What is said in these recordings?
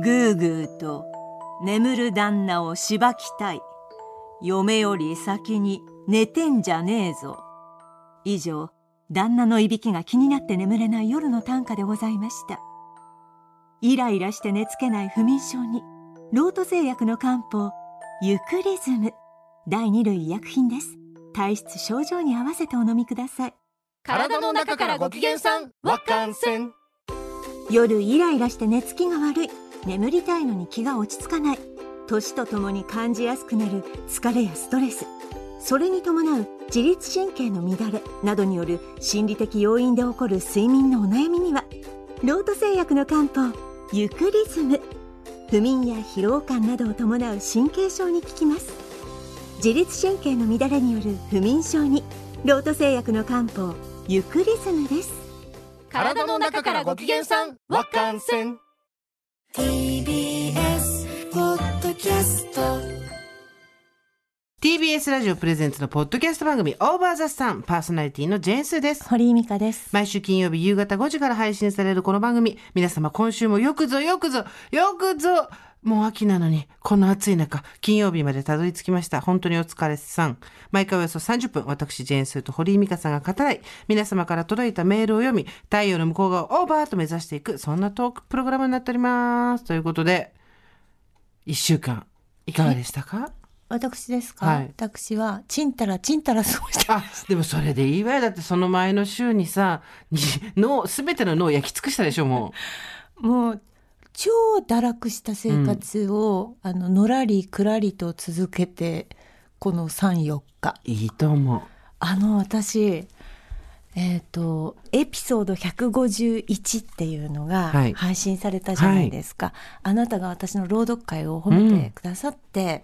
ぐーぐーと眠る旦那をしばきたい。嫁より先に寝てんじゃねえぞ。以上、旦那のいびきが気になって眠れない夜の短歌でございました。イライラして寝つけない不眠症にロート製薬の漢方ユクリズム、第2類医薬品です。体質症状に合わせてお飲みください。 体の中からご機嫌さん、わかんせん。 夜イライラして寝つきが悪い、眠りたいのに気が落ち着かない、年とともに感じやすくなる疲れやストレス、それに伴う自律神経の乱れなどによる心理的要因で起こる睡眠のお悩みにはロート製薬の漢方ユクリズム、不眠や疲労感などを伴う神経症に効きます。自律神経の乱れによる不眠症にロート製薬の漢方ユクリズムです。 体の中からご機嫌さん、わかんせん。 TBS ポッドキャスト、 TBS ラジオプレゼンツのポッドキャスト番組オーバーザさん、パーソナリティのジェーンスーです。 堀井美香です。 毎週金曜日夕方5時から配信されるこの番組、皆様今週もよくぞもう秋なのにこの暑い中金曜日までたどり着きました。本当にお疲れさん。毎回およそ30分、私ジェーンスーと堀井美香さんが語らい、皆様から届いたメールを読み、太陽の向こう側をオーバーと目指していく、そんなトークプログラムになっております。ということで1週間いかがでしたか？ 私ですか、 はい、 私はちんたら過ごしてました。 でもそれでいいわよ。だってその前の週にさ、全ての脳を焼き尽くしたでしょ。もう超堕落した生活を、のらりくらりと続けてこの 3,4 日いいと思う。 私エピソード151っていうのが配信されたじゃないですか、あなたが私の朗読会を褒めてくださって、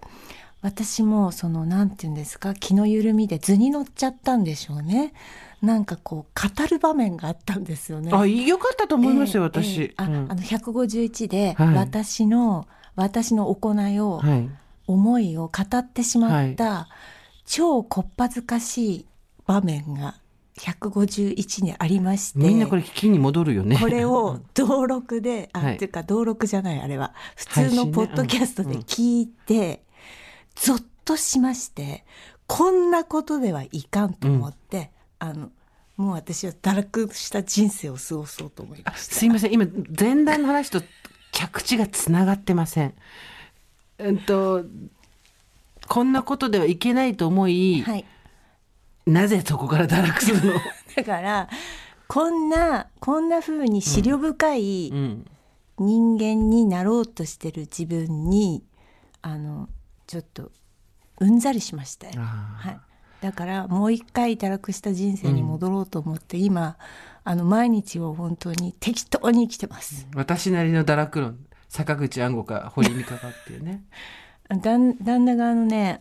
私もなんていうんですか、気の緩みで図に乗っちゃったんでしょうね。なんかこう語る場面があったんですよね。 よかったと思いますよ、私。 151で、私の行いを、思いを語ってしまった、超こっぱずかしい場面が151にありまして、 みんなこれ聞きに戻るよね。 これを登録でっていうか登録じゃない、あれは普通のポッドキャストで聞いて、ゾッとしまして、こんなことではいかんと思って、もう私は堕落した人生を過ごそうと思いました。 すいません、今前段の話と着地がつながってません。こんなことではいけないと思い、なぜそこから堕落するの？ だからこんな風に思慮深い人間になろうとしてる自分に、ちょっとうんざりしましたよ。だからもう一回堕落した人生に戻ろうと思って、今毎日を本当に適当に生きてます。 私なりの堕落論、坂口安吾か堀井美香かっていうね。 旦那が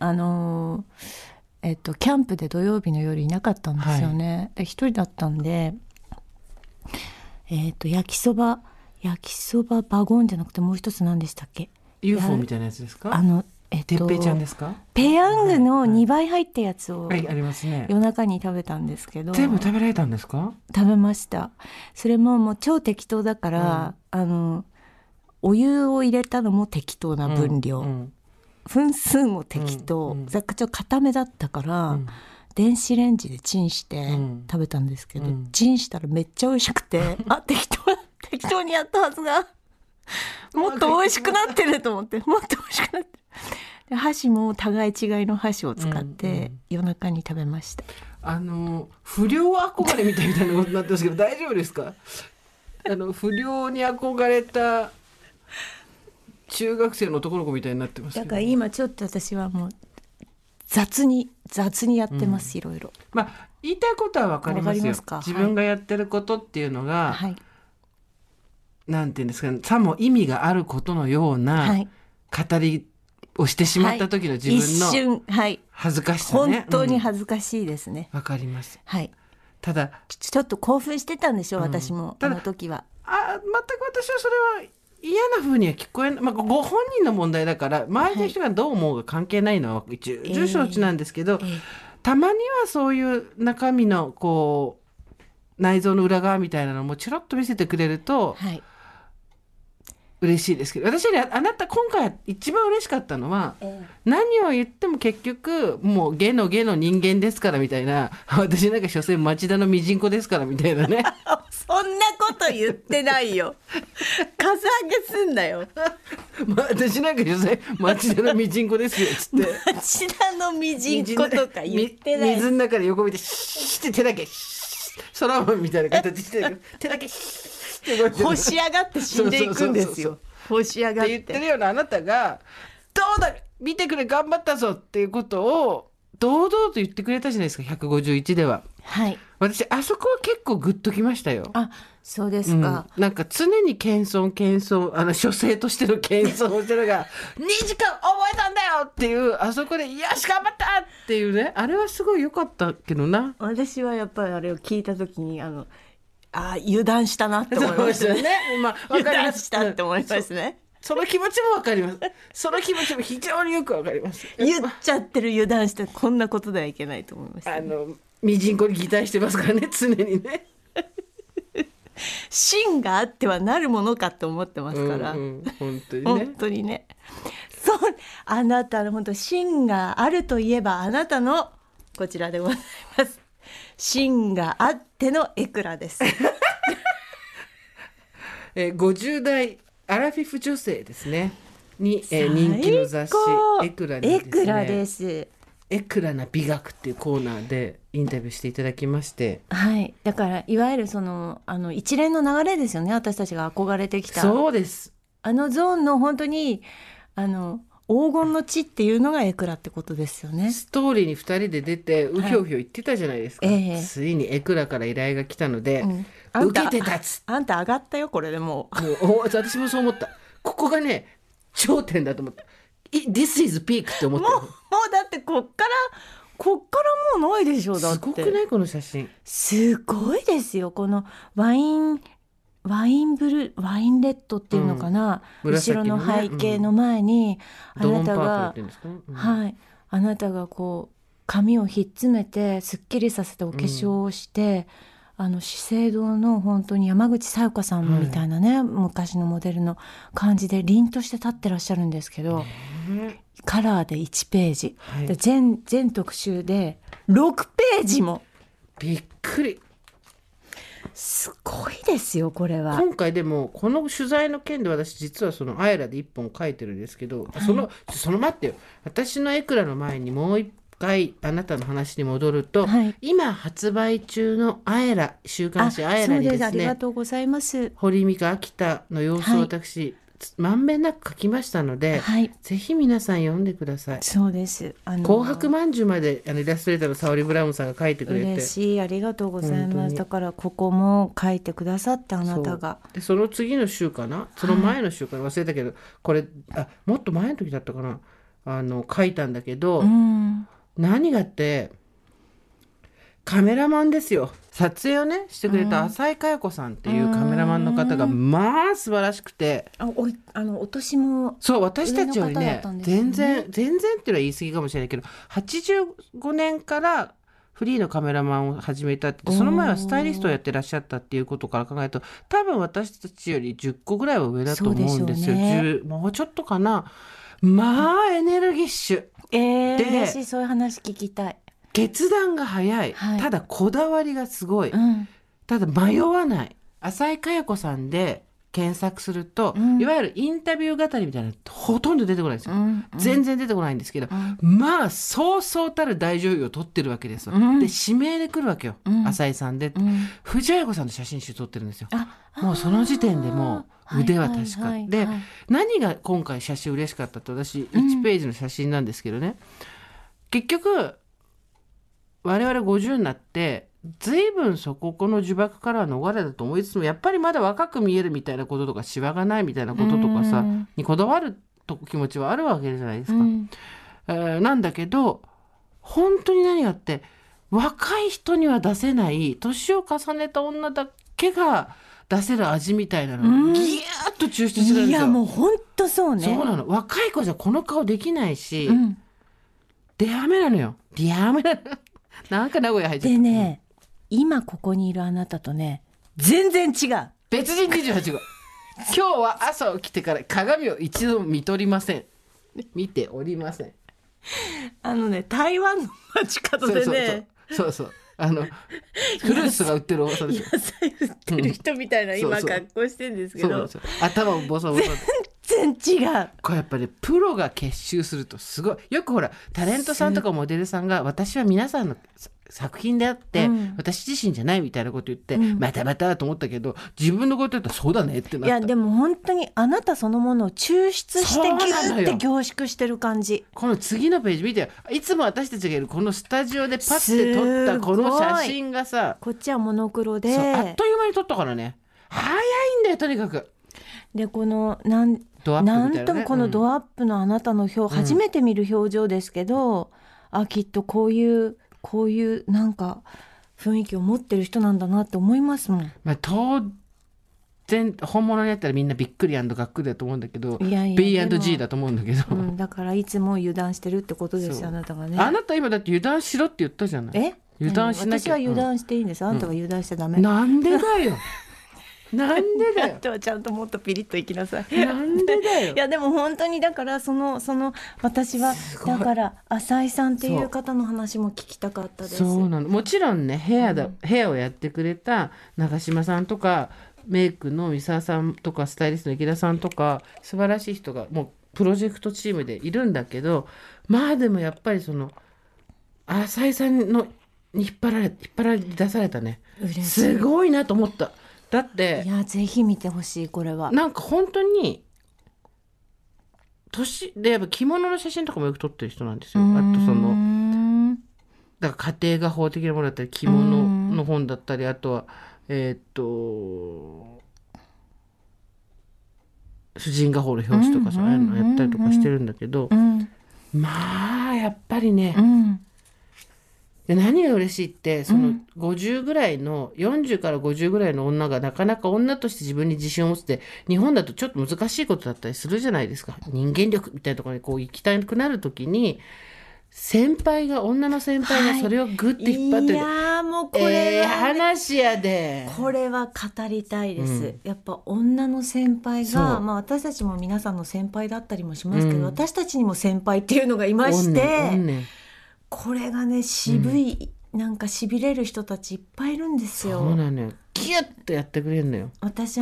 キャンプで土曜日の夜いなかったんですよね。で一人だったんで、焼きそばバゴンじゃなくてもう一つ何でしたっけ？ UFO みたいなやつですか？てっぺいちゃんですか？ ペヤングの2倍入ったやつをありますね。 夜中に食べたんですけど、 全部食べられたんですか？ 食べました。それもう超適当だから、お湯を入れたのも適当な分量、分数も適当、ちょっと固めだったから、電子レンジでチンして食べたんですけど、チンしたらめっちゃ美味しくて適当にやったはずがもっと美味しくなってると思って、もっと美味しくなってる。で箸も互い違いの箸を使って夜中に食べました。 不良憧れみたいなことになってますけど大丈夫ですか？不良に憧れた中学生の男の子みたいになってますけど。 だから今ちょっと私はもう雑にやってます、いろいろ。 言いたいことは分かりますよ。自分がやってることっていうのが、なんていうんですかね、さも意味があることのような語りをしてしまった時の自分の恥ずかしさね。 本当に恥ずかしいですね。 わかります。ただちょっと興奮してたんでしょう、私もあの時は。 全く私はそれは嫌な風には聞こえない、ご本人の問題だから周りの人がどう思うが関係ないのは重承知なんですけど、たまにはそういう中身のこう内臓の裏側みたいなのもチロッと見せてくれると、 嬉しいですけど、私はね、あなた今回一番嬉しかったのは、何を言っても結局もう下の人間ですからみたいな、私なんか所詮町田のミジンコですからみたいなねそんなこと言ってないよ。かさ上げすんだよ。 私なんか所詮町田のミジンコですよっつって町田のミジンコとか言ってない。 水の中で横見てシーって手だけソラマンみたいな形してる手だけ干し上がって死んでいくんですよ。干し上がって言ってるようなあなたがどうだ見てくれ頑張ったぞっていうことを堂々と言ってくれたじゃないですか。151では、 はい、 私あそこは結構グッときましたよ。 あ、そうですか、 なんか常に謙遜書生としての謙遜をしてるが2時間覚えたんだよっていうあそこでよし頑張ったっていうね、あれはすごい良かったけどな。 私はやっぱりあれを聞いた時に油断したなって思いましたね。油断したって思いますね。 その気持ちもわかります。その気持ちも非常によくわかります。 言っちゃってる、油断してこんなことではいけないと思いました、ね。 ミジンコに擬態してますからね、常にね。 芯があってはなるものかって思ってますから、 本当にね。 本当にね。そう、あなたの本当芯があるといえばあなたのこちらでございます。芯があってのエクラです。 50代アラフィフ女性ですねに、人気の雑誌エクラにですね、 エクラです。 エクラな美学っていうコーナーでインタビューしていただきまして、 はい、だからいわゆるその一連の流れですよね。私たちが憧れてきたそうです。 ゾーンの本当に黄金の地っていうのがエクラってことですよね。 ストーリーに2人で出てうひょうひょ言ってたじゃないですか、ついにエクラから依頼が来たので、受けて立つ。 あんた上がったよこれでもう私もそう思った。ここがね頂点だと思った。This is peak って思った。もうだってこっからもうないでしょ。だってすごくないこの写真。 すごいですよ。このワインレッドっていうのかな、後ろの背景の前に、あなたが、はい、あなたがこう髪をひっつめてすっきりさせてお化粧をして、資生堂の本当に山口紗代香さんみたいなね、昔のモデルの感じで凛として立ってらっしゃるんですけど、カラーで1ページ、で全特集で6ページも。 びっくり。 すごいですよこれは。 今回でもこの取材の件で私実はそのアイラで1本書いてるんですけど、その待ってよ、私のエクラの前にもう一回あなたの話に戻ると、今発売中のアイラ週刊誌アイラにですね、 そうです、ありがとうございます。 堀美香秋田の様子を私、まんべんなく書きましたので、ぜひ皆さん読んでください。 そうです。 紅白まんじゅうまでイラストレーターの沙織ブラウンさんが書いてくれて嬉しい、ありがとうございます。だからここも書いてくださって、あなたが。 でその次の週かな、その前の週かな、忘れたけど、これもっと前の時だったかな、書いたんだけど、何がってカメラマンですよ。撮影をねしてくれた浅井佳代子さんっていうカメラマンの方がまあ素晴らしくて、 お年もそう私たちよりね全然っていうのは言い過ぎかもしれないけど、85年からフリーのカメラマンを始めたって、その前はスタイリストをやってらっしゃったっていうことから考えると、多分私たちより10個ぐらいは上だと思うんですよ。もうちょっとかな。まあエネルギッシュ、 嬉しい、そういう話聞きたい。 決断が早い、ただこだわりがすごい、ただ迷わない。浅井佳代子さんで検索すると、いわゆるインタビュー語りみたいなのほとんど出てこないんですよ、全然出てこないんですけど、まあそうそうたる大女優を撮ってるわけですよ、で指名で来るわけよ、浅井さんで、藤あや子さんの写真集撮ってるんですよ。もうその時点でもう腕は確か、で何が今回写真嬉しかったって、私1ページの写真なんですけどね、結局我々50になって随分そこの呪縛からは逃れたと思いつつも、やっぱりまだ若く見えるみたいなこととかシワがないみたいなこととかさにこだわる気持ちはあるわけじゃないですか、なんだけど本当に何があって、若い人には出せない年を重ねた女だけが出せる味みたいなのをギューッと抽出してるんですよ。 いやもう本当そうね。 そうなの。若い子じゃこの顔できないし、デアメなのよ。デアメなの。なんか名古屋入っちゃった。 でね、今ここにいるあなたとね全然違う。 別人28号。 今日は朝起きてから鏡を一度も見ておりません。 台湾の街角でね、 そうフルーツが売ってるおばさんですよ。 野菜売ってる人みたいな今格好してるんですけど、 そう頭をボサボサで全然違う。 これやっぱりプロが結集するとすごい。よくほらタレントさんとかモデルさんが私は皆さんの作品であって、私自身じゃないみたいなこと言って、またまたと思ったけど、自分のこと言ったらそうだねってなった。 いやでも本当にあなたそのものを抽出してギューって凝縮してる感じ。 この次のページ見てよ。いつも私たちがいるこのスタジオでパッて撮ったこの写真がさ、 こっちはモノクロであっという間に撮ったからね。早いんだよとにかく。でこのなんともこのドアップのあなたの表、初めて見る表情ですけど、きっとこういうなんか雰囲気を持ってる人なんだなって思いますもん。 当然本物にやったらみんなびっくり&がっくりだと思うんだけど、B&G だと思うんだけど、 だからいつも油断してるってことですよ、あなたがね。 あなた今だって油断しろって言ったじゃない。油断しなきゃ。 私は油断していいんです、あなたが油断しちゃダメ。 なんでだよなんでだよ。 あとはちゃんともっとピリッといきなさい。 なんでだよ。 いやでも本当にだからその私はだから浅井さんっていう方の話も聞きたかったです。 そうなの。もちろんねヘアをやってくれた長嶋さんとかメイクの三沢さんとかスタイリストの池田さんとか素晴らしい人がもうプロジェクトチームでいるんだけど、でもやっぱりその浅井さんのに引っ張られ出されたね。すごいなと思った。だっていやぜひ見てほしい。これはなんか本当に年でやっぱ着物の写真とかもよく撮ってる人なんですよ。あとそのだから家庭画法的なものだったり着物の本だったり、あとは婦人画法の表紙とかそういうのやったりとかしてるんだけど、やっぱりね、で何が嬉しいってその50ぐらいの、40から50ぐらいの女がなかなか女として自分に自信を持って、日本だとちょっと難しいことだったりするじゃないですか。人間力みたいなところにこう行きたくなるときに女の先輩がそれをグッて引っ張って、 いやもうこれは、 話やでこれは語りたいです、やっぱ女の先輩が、私たちも皆さんの先輩だったりもしますけど、私たちにも先輩っていうのがいまして、これがね渋い、なんかしびれる人たちいっぱいいるんですよ。 そうなのよ。ギュッとやってくれるのよ。 私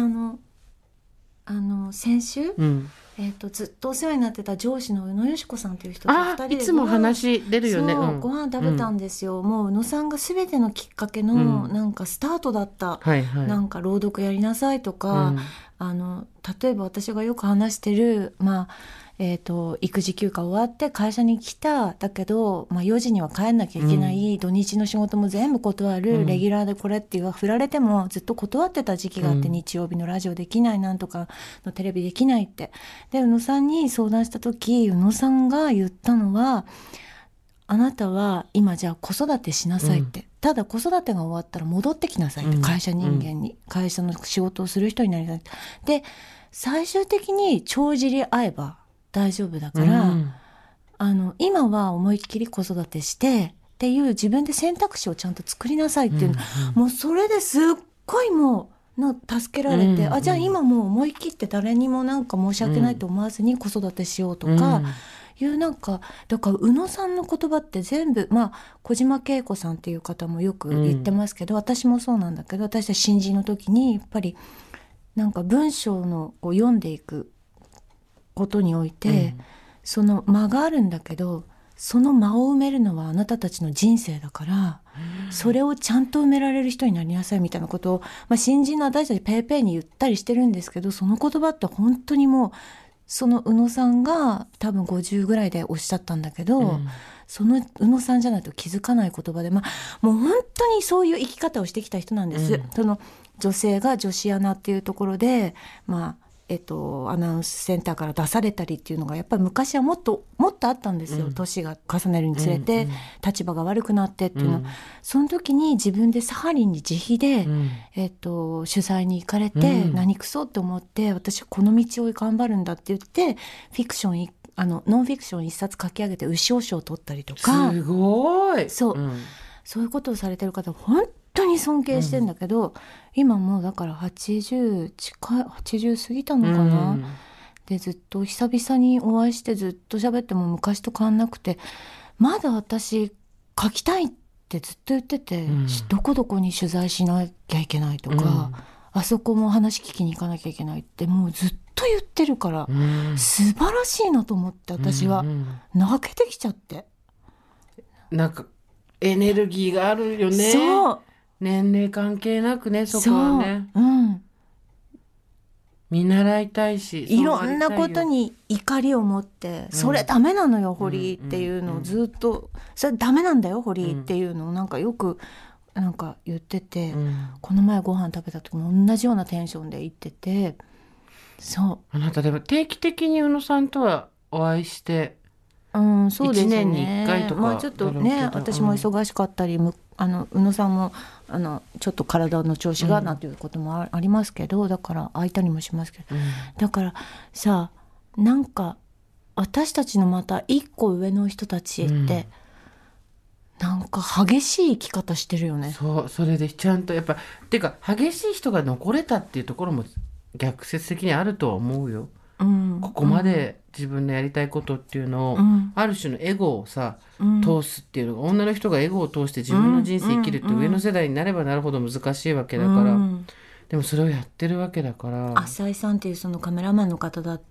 先週、ずっとお世話になってた上司の宇野よし子さんという人と2人でいつも話出るよね。 ご飯食べたんですよ、もう宇野さんが全てのきっかけの、なんかスタートだった、なんか朗読やりなさいとか、例えば私がよく話してる育児休暇終わって会社に来た、だけど、4時には帰んなきゃいけない、土日の仕事も全部断る、レギュラーでこれって振られてもずっと断ってた時期があって、日曜日のラジオできない、なんとかのテレビできないって。で宇野さんに相談した時、宇野さんが言ったのは、あなたは今じゃあ子育てしなさいって、ただ子育てが終わったら戻ってきなさいって、会社人間に、会社の仕事をする人になりたい。で最終的に帳尻合えば大丈夫だから、今は思いっきり子育てしてっていう自分で選択肢をちゃんと作りなさいっていう、もうそれですっごいもう助けられて、じゃあ今もう思い切って誰にもなんか申し訳ないと思わずに子育てしようとか、なんかだから宇野さんの言葉って全部、小島恵子さんっていう方もよく言ってますけど、私もそうなんだけど、私は新人の時にやっぱりなんか文章のを読んでいくことにおいて、その間があるんだけど、その間を埋めるのはあなたたちの人生だから、それをちゃんと埋められる人になりなさいみたいなことを、新人の私たちペーペーに言ったりしてるんですけど、その言葉って本当にもうその宇野さんが多分50ぐらいでおっしゃったんだけど、その宇野さんじゃないと気づかない言葉で、もう本当にそういう生き方をしてきた人なんです、その女性が女子アナっていうところで、アナウンスセンターから出されたりっていうのがやっぱり昔はもっとあったんですよ、年が重ねるにつれて、立場が悪くなってっていうの、その時に自分でサハリンに自費で、取材に行かれて、何くそって思って、私はこの道を頑張るんだって言ってフィクションノンフィクション一冊書き上げて牛尾賞を取ったりとか、 すごい、 そういうことをされてる方本当に尊敬してんだけど、今もうだから80過ぎたのかな、でずっと久々にお会いしてずっと喋っても昔と変わんなくて、まだ私書きたいってずっと言ってて、どこどこに取材しなきゃいけないとか、あそこも話聞きに行かなきゃいけないってもうずっと言ってるから、素晴らしいなと思って、私は泣けてきちゃって、 なんかエネルギーがあるよね。 そう、 年齢関係なくね、そこはね。見習いたいし、 いろんなことに怒りを持って、それダメなのよ堀っていうのをずっと、それダメなんだよ堀っていうのをなんかよくなんか言ってて、この前ご飯食べた時も同じようなテンションで言ってて、そう。 あなたでも定期的に宇野さんとはお会いして、 そうですね。 1年に1回とか、 ちょっとね、私も忙しかったり、宇野さんもちょっと体の調子がなんていうこともありますけど、だから空いたりもしますけど、だからさ、なんか私たちのまた一個上の人たちって、なんか激しい生き方してるよね。 そう、それでちゃんとやっぱっていうか、激しい人が残れたっていうところも逆説的にあるとは思うよ。ここまで自分のやりたいことっていうのを、ある種のエゴをさ、通すっていうのが、女の人がエゴを通して自分の人生生きるって上の世代になればなるほど難しいわけだから、でもそれをやってるわけだから。 浅井さんっていうそのカメラマンの方だって、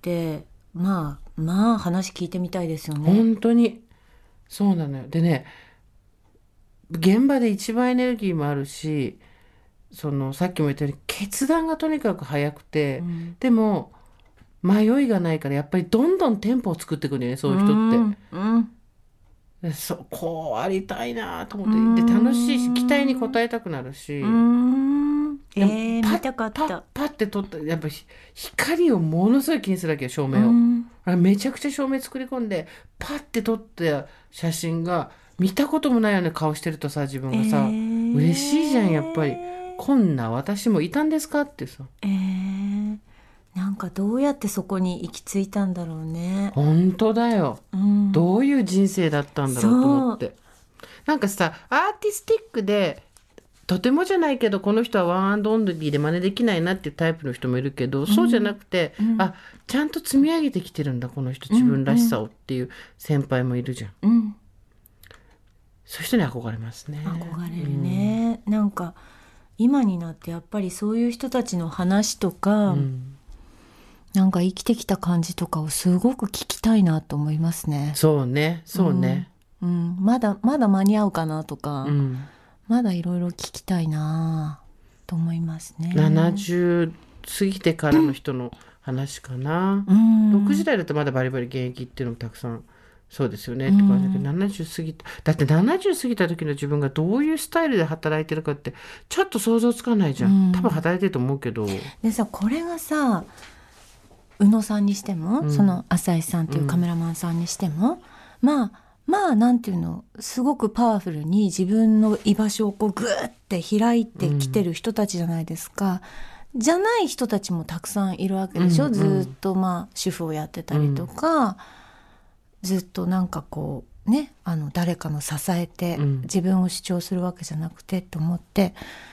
まあ話聞いてみたいですよね。 本当にそうなのよ。でね、現場で一番エネルギーもあるし、そのさっきも言ったように決断がとにかく早くて、でも迷いがないから、やっぱりどんどんテンポを作っていくんだよね、そういう人って。こうありたいなと思って、で楽しいし、期待に応えたくなるし、 見たかった。 パッて撮った、やっぱり光をものすごい気にするわけよ、照明を。めちゃくちゃ照明作り込んでパッて撮った写真が、見たこともないような顔してるとさ、自分がさ、嬉しいじゃん、やっぱり。こんな私もいたんですかってさ。 なんかどうやってそこに行き着いたんだろうね。 本当だよ、どういう人生だったんだろうと思って。なんかさ、アーティスティックでとてもじゃないけど、この人はワンアンドオンリーで真似できないなっていうタイプの人もいるけど、そうじゃなくて、ちゃんと積み上げてきてるんだこの人、自分らしさをっていう先輩もいるじゃん、そういう人に憧れますね。 憧れるね、なんか今になってやっぱりそういう人たちの話とか、なんか生きてきた感じとかをすごく聞きたいなと思いますね。 そうね、 まだ間に合うかなとか、まだいろいろ聞きたいなと思いますね。 70過ぎてからの人の話かな、6時代だとまだバリバリ現役っていうのもたくさんそうですよねって感じだけど、70過ぎた、だって70過ぎた時の自分がどういうスタイルで働いてるかってちょっと想像つかないじゃん、多分働いてると思うけど。 でさ、これがさ、宇野さんにしても、その浅井さんっていうカメラマンさんにしても、まあなんていうの、すごくパワフルに自分の居場所をこうグーって開いてきてる人たちじゃないですか、じゃない人たちもたくさんいるわけでしょ、ずっと主婦をやってたりとか、ずっとなんかこうね、誰かの支えて自分を主張するわけじゃなくてと思って、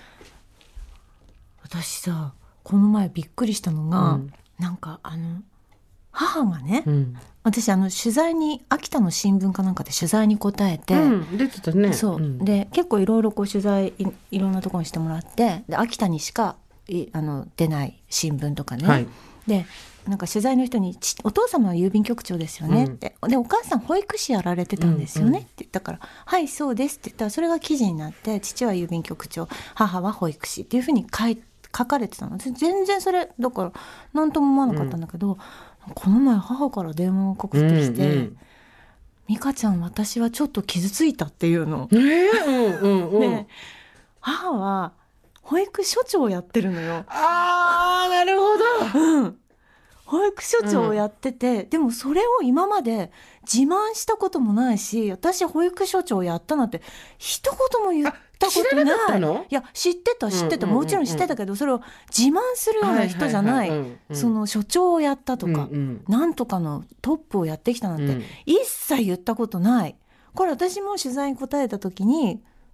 私さ、この前びっくりしたのが、なんか母がね、私取材に、秋田の新聞かなんかで取材に答えて、 出てたね。 そう、で結構いろいろこう取材 いろんなところにしてもらって、で秋田にしか出ない新聞とかね、でなんか取材の人にお父様は郵便局長ですよねって、でお母さん保育士やられてたんですよねって言ったから、はいそうですって言ったら、それが記事になって、父は郵便局長、母は保育士っていうふうに書かれてたの。全然それだから何とも思わなかったんだけど、この前母から電話がかかってきて、美香ちゃん私はちょっと傷ついたっていうの、で母は保育所長をやってるのよ。 なるほど、 保育所長をやってて、でもそれを今まで自慢したこともないし、私保育所長をやったなんて一言も言ったことない。 知らなかったの？ いや知ってた、もちろん知ってたけど、それを自慢するような人じゃない、その所長をやったとか、なんとかのトップをやってきたなんて、一切言ったことない。これ私も取材に答えた時に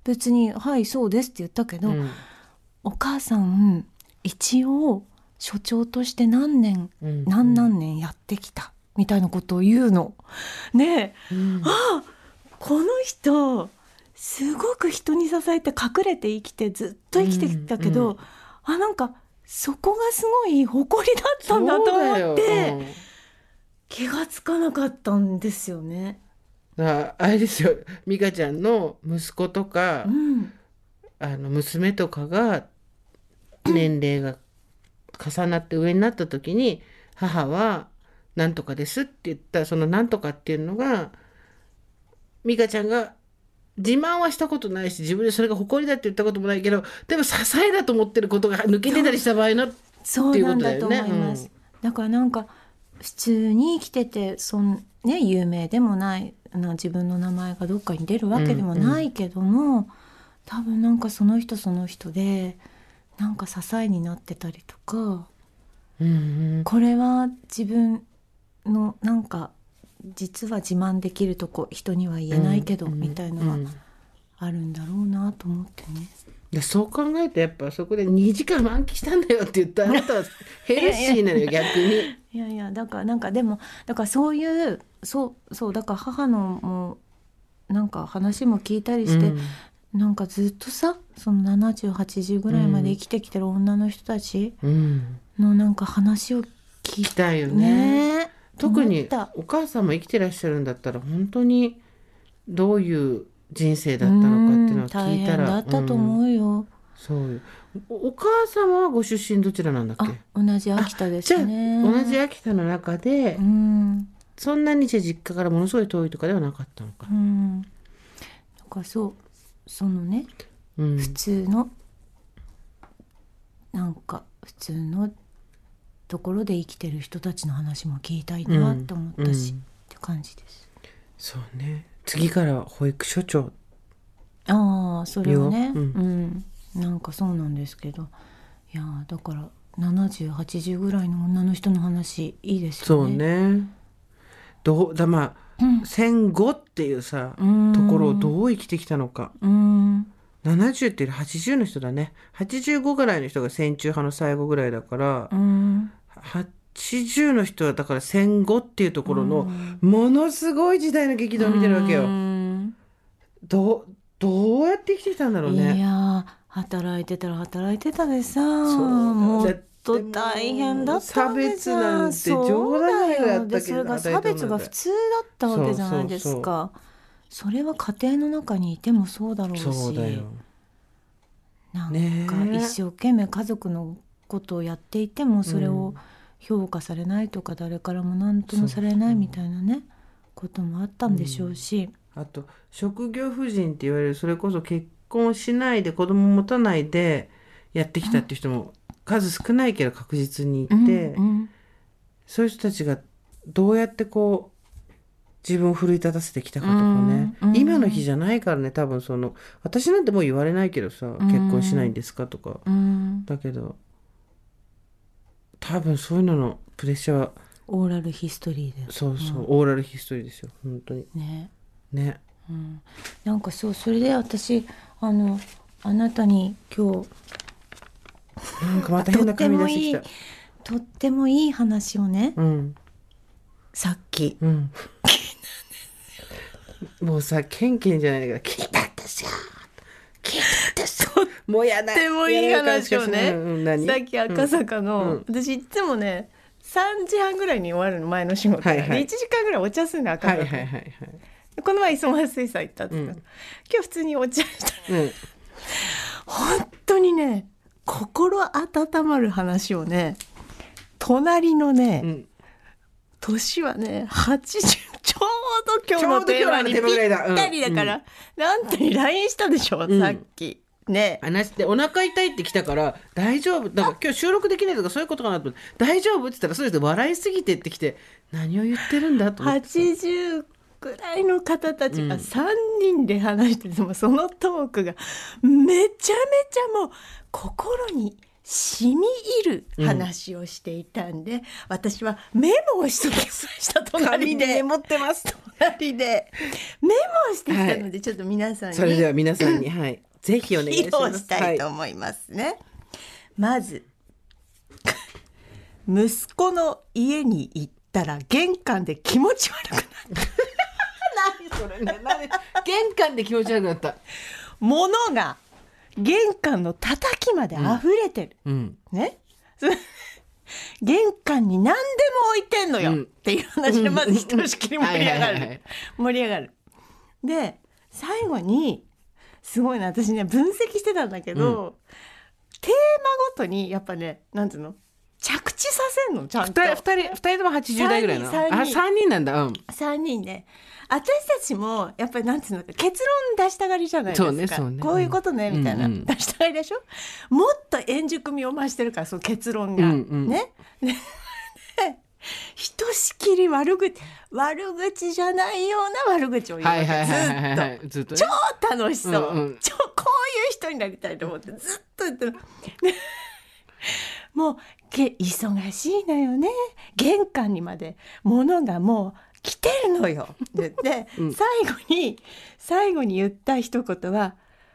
別にはいそうですって言ったけど、 うんお母さん一応所長として何年やってきたみたいなことを言うのねえ、この人すごく人に支えて隠れて生きてずっと生きてきたけど、なんかそこがすごい誇りだったんだと思って、気がつかなかったんですよね。 あれですよ、美香ちゃんの息子とか、娘とかが年齢が重なって上になった時に、母はなんとかですって言った、そのなんとかっていうのが美香ちゃんが自慢はしたことないし、自分でそれが誇りだって言ったこともないけど、でも支えだと思ってることが抜けてたりした場合のっていうことだよね。 そうなんだと思います、だからなんか普通に生きてて有名でもない自分の名前がどっかに出るわけでもないけども、多分なんかその人でなんか支えになってたりとか、これは自分のなんか実は自慢できるとこ人には言えないけど、みたいのがあるんだろうなと思ってね。 でそう考えてやっぱそこで2時間満喫したんだよって言ったら、あなたはヘルシーなのよ逆に。 いやだからなんかでもだからそういうそうだから母のもうなんか話も聞いたりして、なんかずっとさその70、80ぐらいまで生きてきてる女の人たちのなんか話を聞きたいよね。特にお母さんも生きてらっしゃるんだったら本当にどういう人生だったのかっていうのを聞いたら、 大変だったと思うよ。 そうよ。お母様はご出身どちらなんだっけ？ 同じ秋田ですね。 じゃあ同じ秋田の中で、そんなにじゃあ実家からものすごい遠いとかではなかったのか。 なんかそのね、普通のなんか普通のところで生きてる人たちの話も聞きたいなと思ったし、って感じです。 そうね。次からは保育所長。 それはね、なんかそうなんですけど、いやだから70、80ぐらいの女の人の話いいですよね。 そうね。まあ、戦後っていうさところをどう生きてきたのか。70っていうより80の人だね。85ぐらいの人が戦中派の最後ぐらいだから、80の人はだから戦後っていうところのものすごい時代の激動を見てるわけよ。どうやって生きてきたんだろうね。 いや働いてたでさ、もっと大変だったわけじゃん。 差別なんて冗談だよ。やったけど、 それが差別が普通だったわけじゃないですか。それは家庭の中にいてもそうだろうし、 そうだよ。 なんか一生懸命家族のことをやっていてもそれを評価されないとか、誰からも何ともされないみたいなねこともあったんでしょうし、 あと職業婦人って言われる、それこそ結婚しないで子供持たないでやってきたっていう人も数少ないけど確実にいて、そういう人たちがどうやってこう自分を奮い立たせてきたかとかね、今の日じゃないからね。多分私なんてもう言われないけどさ、結婚しないんですかとか、だけど多分そういうののプレッシャーはオーラルヒストリーで、 そう、オーラルヒストリーですよ本当にね。 なんかそれで私あなたに今日なんかまた変な髪出してきた。 とってもいい話をね、さっき、 もうさケンケンじゃないから聞いたんですよもうやだ。 とってもいい話をね、さっき赤坂の、私いつもね3時半ぐらいに終わるの、前の仕事が、1時間ぐらいお茶するの赤坂、この前磯丸水産行ったんですけど、今日普通にお茶した、本当にね心温まる話をね、隣のね、年はね80、ちょうど今日のテーマにぴったりだから、なんて LINE したでしょ、さっきね。 話してお腹痛いって来たから大丈夫だから今日収録できないとかそういうことかなと思って、大丈夫って言ったらそうです、笑いすぎてって来て、何を言ってるんだと思って。80 くらいの方たちが3人で話してても、そのトークがめちゃめちゃもう心に染み入る話をしていたんで、私はメモをしときました。隣でメモってます人でメモしてきたので、ちょっと皆さんにそれでは皆さんに、はい、ぜひお願いします。 披露したいと思いますね。まず息子の家に行ったら玄関で気持ち悪くなった。 何それね、玄関で気持ち悪くなった。 物が玄関の叩きまで溢れてる、ね、玄関に何でも置いてんのよ、っていう話でまずひとしきり盛り上がる盛り上がる。で最後にすごいな、私ね分析してたんだけど、テーマごとにやっぱね、なんていうの、着地させんのちゃんと。2 人とも80代ぐらいの。3人なんだ。 3人ね。私たちもやっぱりなんていうのか、結論出したがりじゃないですか。 そうね、 こういうことね、みたいな、出したがりでしょ。もっと円熟味を増してるから、その結論が、ね。ひとしきり悪口じゃないような悪口を言うわけ、ずっと、超楽しそう、こういう人になりたいと思ってずっと言ってる。もう忙しいのよね、玄関にまで物がもう来てるのよ。で、最後に言った一言は、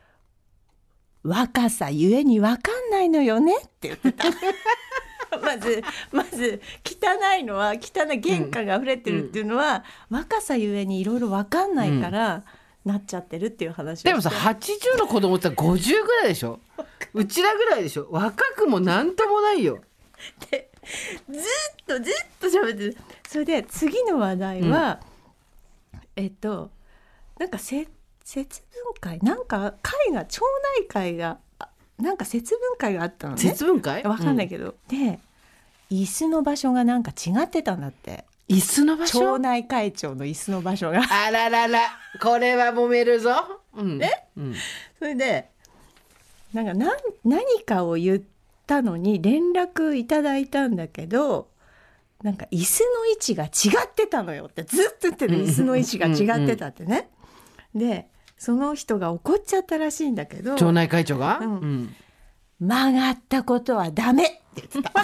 若さゆえに分かんないのよねって言ってた。まず汚いのは、玄関が溢れてるっていうのは、若さゆえにいろいろ分かんないから、なっちゃってるっていう話をして。 でもさ、80の子供って50ぐらいでしょ。うちらぐらいでしょ。若くもなんともないよ。 でずっと喋ってる。それで次の話題は、なんか節分会、なんか会が、町内会が、なんか節分会があったのね。 節分会？ わかんないけど、で椅子の場所がなんか違ってたんだって。 椅子の場所？ 町内会長の椅子の場所が。 あららら、これは揉めるぞ。 それでなんか何かを言ったのに連絡いただいたんだけど、なんか椅子の位置が違ってたのよってずっと言ってる。椅子の位置が違ってたってね。でその人が怒っちゃったらしいんだけど、 町内会長が、 曲がったことはダメって言ってた。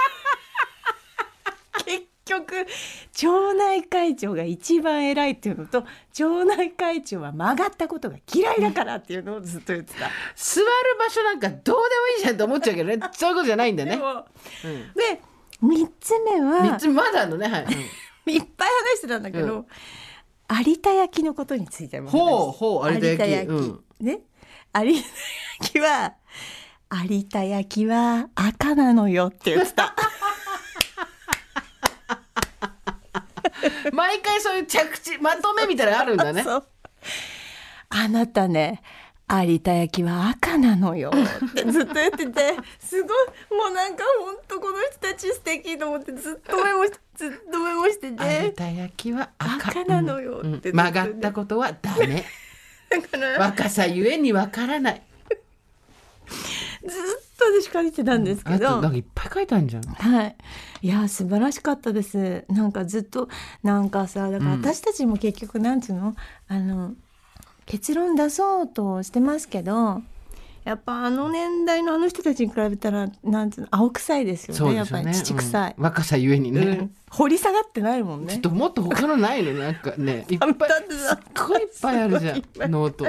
結局町内会長が一番偉いっていうのと、町内会長は曲がったことが嫌いだからっていうのをずっと言ってた。 座る場所なんかどうでもいいじゃんと思っちゃうけどね。そういうことじゃないんだね。 で3つ目はまだあるのね、はい、 いっぱい話してたんだけど、有田焼のことについても有田焼、 ね、有田焼は赤なのよって言ってた。 毎回そういう着地まとめみたいなのあるんだね。 そう、あなたね、有田焼は赤なのよってずっと言ってて、すごいもうなんか本当この人たち素敵と思って、ずっとメモしてて、 有田焼は赤なのよって、 曲がったことはダメ。だから若さゆえにわからない。 ずっと私借りてたんですけど、 なんかいっぱい書いてあるじゃん。 はい、いや素晴らしかったです。なんかずっとなんかさ、だから私たちも結局なんていうの、結論出そうとしてますけど、やっぱあの年代のあの人たちに比べたらなんていうの、青臭いですよね。 そうですよね、 やっぱり乳臭い、 若さゆえにね、 掘り下がってないもんね。 ちょっともっと他のないのなんかね、いっぱいすっごいいっぱいあるじゃんノート。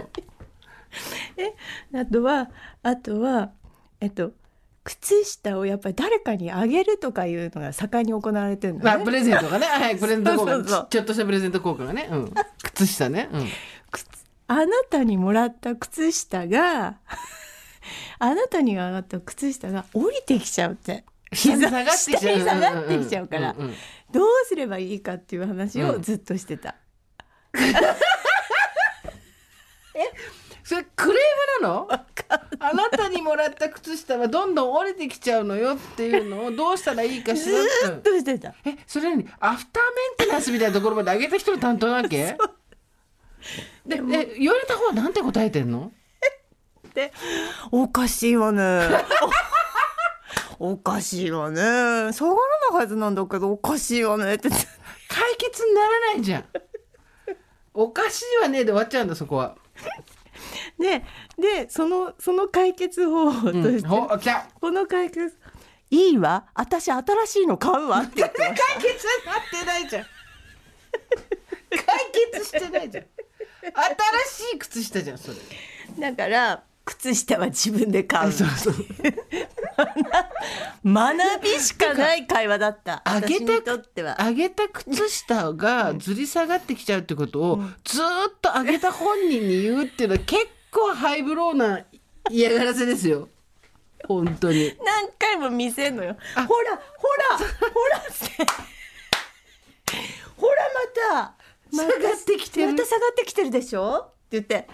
あとは靴下をやっぱり誰かにあげるとかいうのが盛んに行われてるんだね。プレゼントがね、はい、プレゼント交換、ちょっとしたプレゼント交換がね、靴下ね、 あなたにもらった靴下があなたに上がった靴下が降りてきちゃうって、 下に下がってきちゃうから、どうすればいいかっていう話をずっとしてた。 それクレームなの？あなたにもらった靴下はどんどん折れてきちゃうのよっていうのをどうしたらいいかしら。 ずっとしてた。 それにアフターメンテナンスみたいなところまで上げた人の担当なわけ？で言われた方はなんて答えてんの？ でおかしいわね。おかしいわね。下がらないはずなんだけどおかしいわねって解決にならないじゃん。おかしいわねで終わっちゃうんだ、そこは。 でその解決方法として、この解決いいわ、私新しいの買うわって言ってました。 解決になってないじゃん。解決してないじゃん。新しい靴下じゃんそれ。 だから靴下は自分で買う。 そうそう。 学びしかない会話だった。 上げ私にとっては。 上げた靴下がずり下がってきちゃうってことをずーっと上げた本人に言うっていうのは結構ハイブローな嫌がらせですよ。本当に。 何回も見せんのよ。ほらってほらまた下がってきてる。 また下がってきてるでしょって言って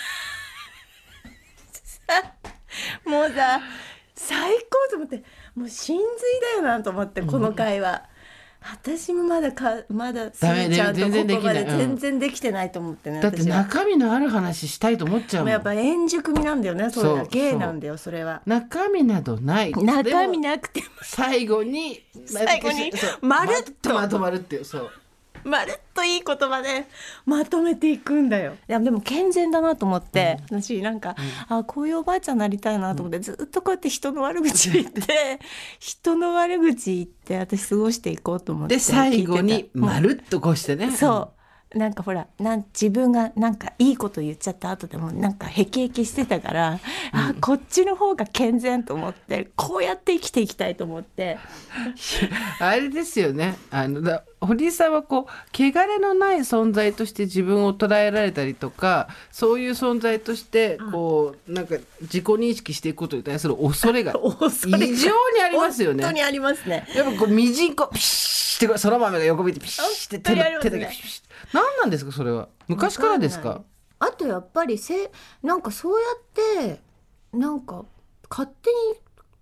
もうさ最高と思って、もう真髄だよなと思って、この会話、私もまだすみちゃんとここまで全然できてないと思ってね。 だって中身のある話したいと思っちゃうもん。 やっぱ円熟味なんだよね。それが芸なんだよ。それは中身などない。 中身なくても最後にまるっとまとまるっていう。そうまるっといい言葉でまとめていくんだよ。いやでも健全だなと思って、私なんか、こういうおばあちゃんになりたいなと思って、ずっとこうやって人の悪口言って人の悪口言って私過ごしていこうと思って。 で最後にまるっとこうしてね。 そうなんかほら自分がなんかいいこと言っちゃった後でもなんかへきへきしてたから、こっちの方が健全と思って、こうやって生きていきたいと思ってあれですよね。堀井さんはこう汚れのない存在として自分を捉えられたりとか、そういう存在としてこうなんか自己認識していくことに対する恐れが異常にありますよね。 本当にありますね。 やっぱこうミジンコピシッってそら豆が横見てピシッって手だけピシッ。何なんですかそれは。昔からですか。 あとやっぱりなんかそうやってなんか勝手に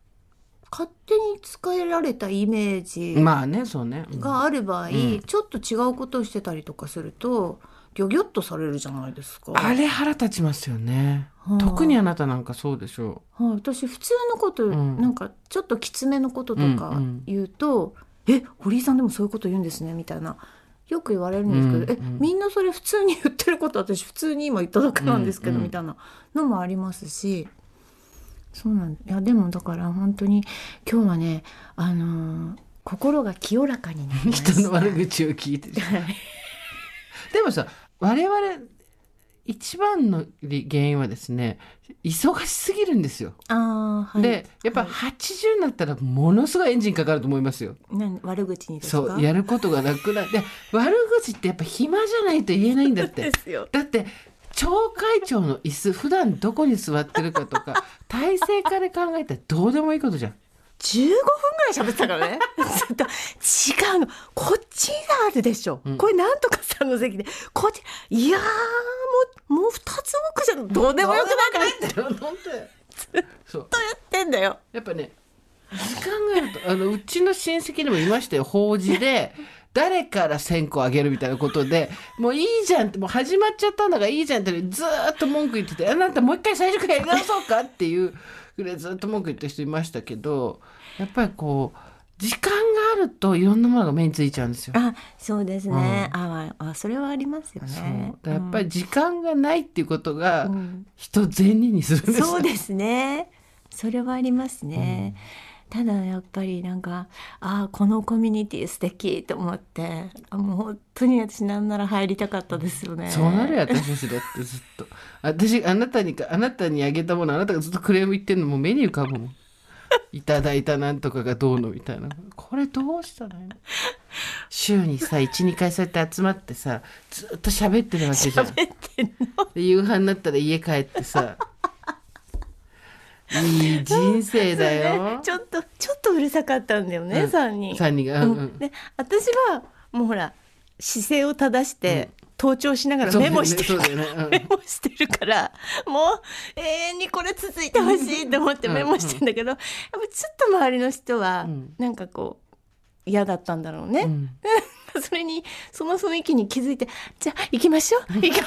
使えられたイメージまあね、そうね、 がある場合、ちょっと違うことをしてたりとかするとギョギョッとされるじゃないですか。 あれ腹立ちますよね。特にあなたなんかそうでしょう。私普通のこと、なんかちょっときつめのこととか言うと、堀井さんでもそういうこと言うんですねみたいなよく言われるんですけど、みんなそれ普通に言ってること、私普通に今言っただけなんですけど、みたいなのもありますし。そうなんいやでもだから本当に今日はね、心が清らかになりました。 人の悪口を聞いてでもさ、我々一番の原因はですね、忙しすぎるんですよ。でやっぱ80になったらものすごいエンジンかかると思いますよ。 悪口にですか。 そうやることがなくなって悪口ってやっぱ暇じゃないと言えないんだってだって町会長の椅子普段どこに座ってるかとか体勢から考えたらどうでもいいことじゃん。 15分ぐらい喋ってたからね違うの、こっちがあるでしょ、これなんとかさんの席でこっち、いやもう2つ奥じゃん、どうでもよくないから本当ずっとやってんだよ。 やっぱね、考えるとうちの親戚にもいましたよ。法事で誰から1000個あげるみたいなことで、もういいじゃんって、もう始まっちゃったんだからいいじゃんってずっと文句言ってて、あなたもう一回最初からやり直そうかっていうぐらいずっと文句言った人いましたけど、やっぱりこう時間があるといろんなものが目についちゃうんですよ。 そうですね、それはありますよね。 やっぱり時間がないっていうことが人善人にするんですよ。 そうですね、それはありますね。ただやっぱりなんかこのコミュニティ素敵と思って、もう本当に私なんなら入りたかったですよね。 そうなるよ私たちだってずっと私あなたにあげたものあなたがずっとクレーム言ってんのも目に浮かぶもんいただいたなんとかがどうのみたいな、これどうしたのよ。週にさ 1,2 回そうやって集まってさずっと喋ってるわけじゃん。 喋ってんの。 で夕飯になったら家帰ってさいい人生だよ。 ちょっとうるさかったんだよね、3人が、で私はもうほら姿勢を正して盗聴しながらメモしてるから、メモしてるからもう永遠にこれ続いてほしいと思ってメモしてんだけど、やっぱちょっと周りの人はなんかこう嫌だったんだろうね、それにその雰囲気に気づいて、じゃあ行きましょうみたいな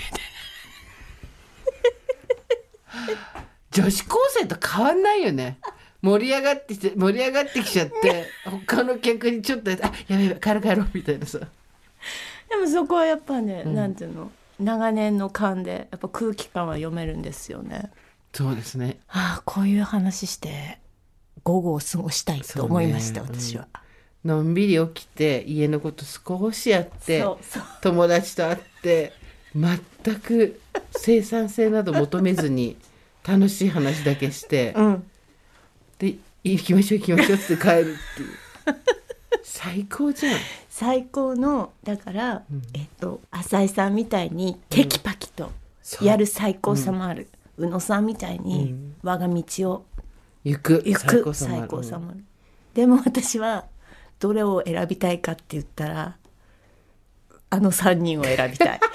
女子高生と変わんないよね。盛り上がってきちゃって他の客にちょっとやべえ帰ろうみたいなさ。 でもそこはやっぱね、なんていうの、長年の勘でやっぱ空気感は読めるんですよね。 そうですね。 こういう話して午後を過ごしたいと思いました、私は。 のんびり起きて家のこと少しやってそうそう友達と会って全く生産性など求めずに楽しい話だけして、で行きましょうって帰るっていう最高じゃん。 最高のだから、浅井さんみたいにテキパキとやる最高さもある、宇野さんみたいに我が道を行く最高さもある、でも私はどれを選びたいかって言ったらあの3人を選びたい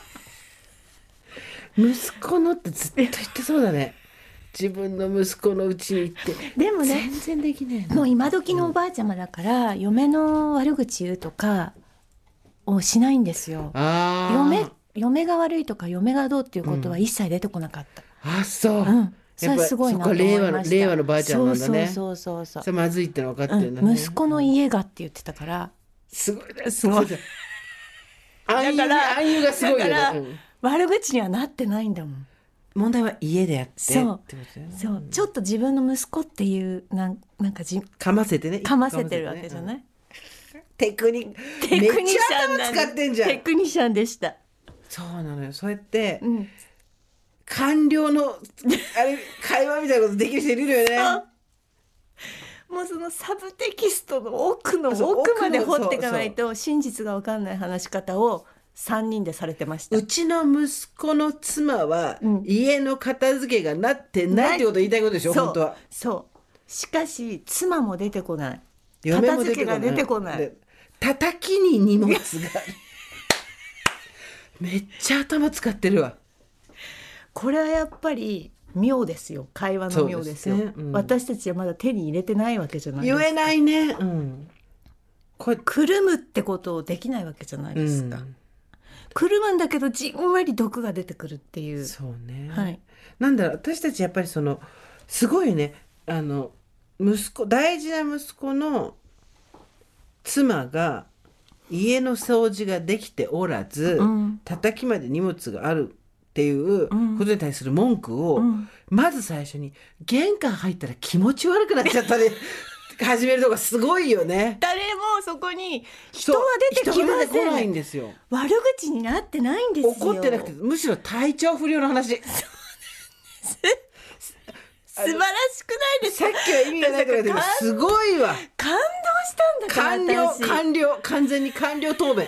息子のってずっと言ってそうだね。自分の息子のうちに行ってでもね全然できないの。 もう今時のおばあちゃまだから、嫁の悪口言うとかをしないんですよ。嫁が悪いとか嫁がどうっていうことは一切出てこなかった、 あ、そう、 それはすごいなと思いました。 令和のばあちゃんなんだね。 そうそれまずいっての分かってるんだね、 息子の家がって言ってたから、 すごいね、すごい。暗喩がすごいよね。 だから悪口にはなってないんだもん。 問題は家でやってってことだよね。 そうちょっと自分の息子っていうなんかかませてね、 かませてるわけじゃない、 テクニシャンなん使ってんじゃん。 テクニシャンでした。 そうなのよ。そうやって、官僚のあれ会話みたいなことできる人いるよね。 もうそのサブテキストの奥の奥まで掘っていかないと真実が分かんない話し方を3人でされてました。 うちの息子の妻は、家の片付けがなってないってことを言いたいことでしょ、本当は。 そうしかし妻も出てこない、片付けが出てこない、 叩きに荷物がめっちゃ頭使ってるわ。これはやっぱり妙ですよ、会話の妙ですよ。私たちはまだ手に入れてないわけじゃないですか。 言えないね、 これくるむってことをできないわけじゃないですか、くるむんだけどじんわり毒が出てくるっていう。 そうね、 はい、 なんだろう、私たちやっぱりすごいね、大事な息子の妻が家の掃除ができておらず、叩きまで荷物があるっていうことに対する文句を、まず最初に玄関入ったら気持ち悪くなっちゃったで始めるとかすごいよね。 誰もそこに人は出てきません。 人が出てこないんですよ。 悪口になってないんですよ。 怒ってなくてむしろ体調不良の話。 素晴らしくないですか。 さっきは意味がないからでもすごいわ。 感動したんだから完全に官僚答弁。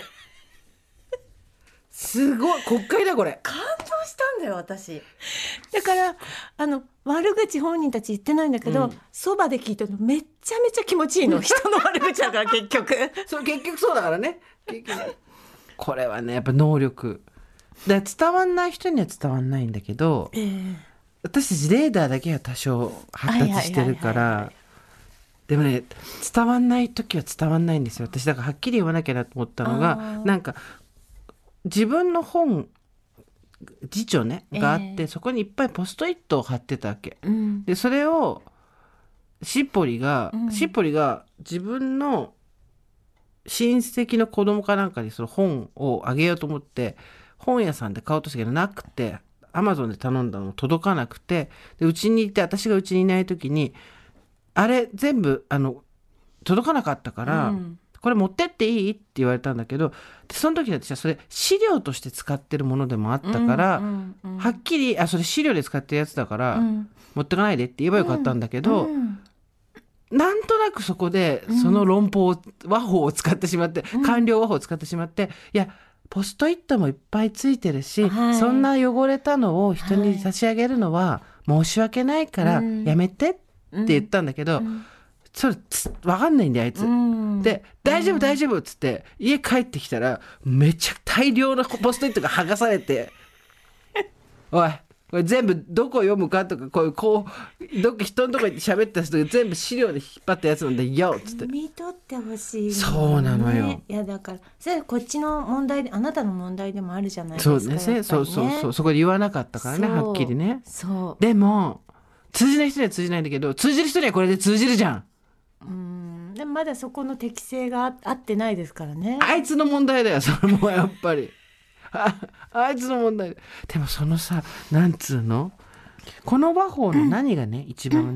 すごい国会だこれ。 感動したんだよ私。だから悪口本人たち言ってないんだけど、そばで聞いてるのめっちゃめちゃ気持ちいいの。人の悪口だから結局そうだからね。これはねやっぱ能力だ。伝わんない人には伝わんないんだけど、私たちレーダーだけは多少発達してるから、でもね伝わんない時は伝わんないんですよ。私だからはっきり言わなきゃなと思ったのが、なんか自分の本辞書ねがあって、そこにいっぱいポストイットを貼ってたわけ、でそれをしっぽりが自分の親戚の子供かなんかにその本をあげようと思って本屋さんで買おうとしたけどなくて、アマゾンで頼んだのも届かなくて、でうちにいて私がうちにいない時にあれ全部届かなかったから、これ持ってっていいって言われたんだけど、その時私はそれ資料として使ってるものでもあったから、はっきりそれ資料で使ってるやつだから、持ってかないでって言えばよかったんだけど、なんとなくそこでその和法を使ってしまって、官僚和法を使ってしまって、いやポストイットもいっぱいついてるし、そんな汚れたのを人に差し上げるのは申し訳ないからやめてって言ったんだけど、それ分かんないんだよあいつ、で大丈夫っつって家帰ってきたらめちゃ大量のポストイットが剥がされておいこれ全部どこ読むかとか、こうどっか人のとこ行って喋った人が全部資料で引っ張ったやつなんだよっつって。 見とってほしい、ね、 そうなのよ。 いやだからそれこっちの問題で、あなたの問題でもあるじゃないですか。 そうね、そこで言わなかったからね、はっきりね。 そうでも通じない人には通じないんだけど、通じる人にはこれで通じるじゃん。 でもまだそこの適性が合ってないですからね。 あいつの問題だよそれもやっぱりあいつの問題。でもそのさ、なんつうの、この和法の何がね、一番ね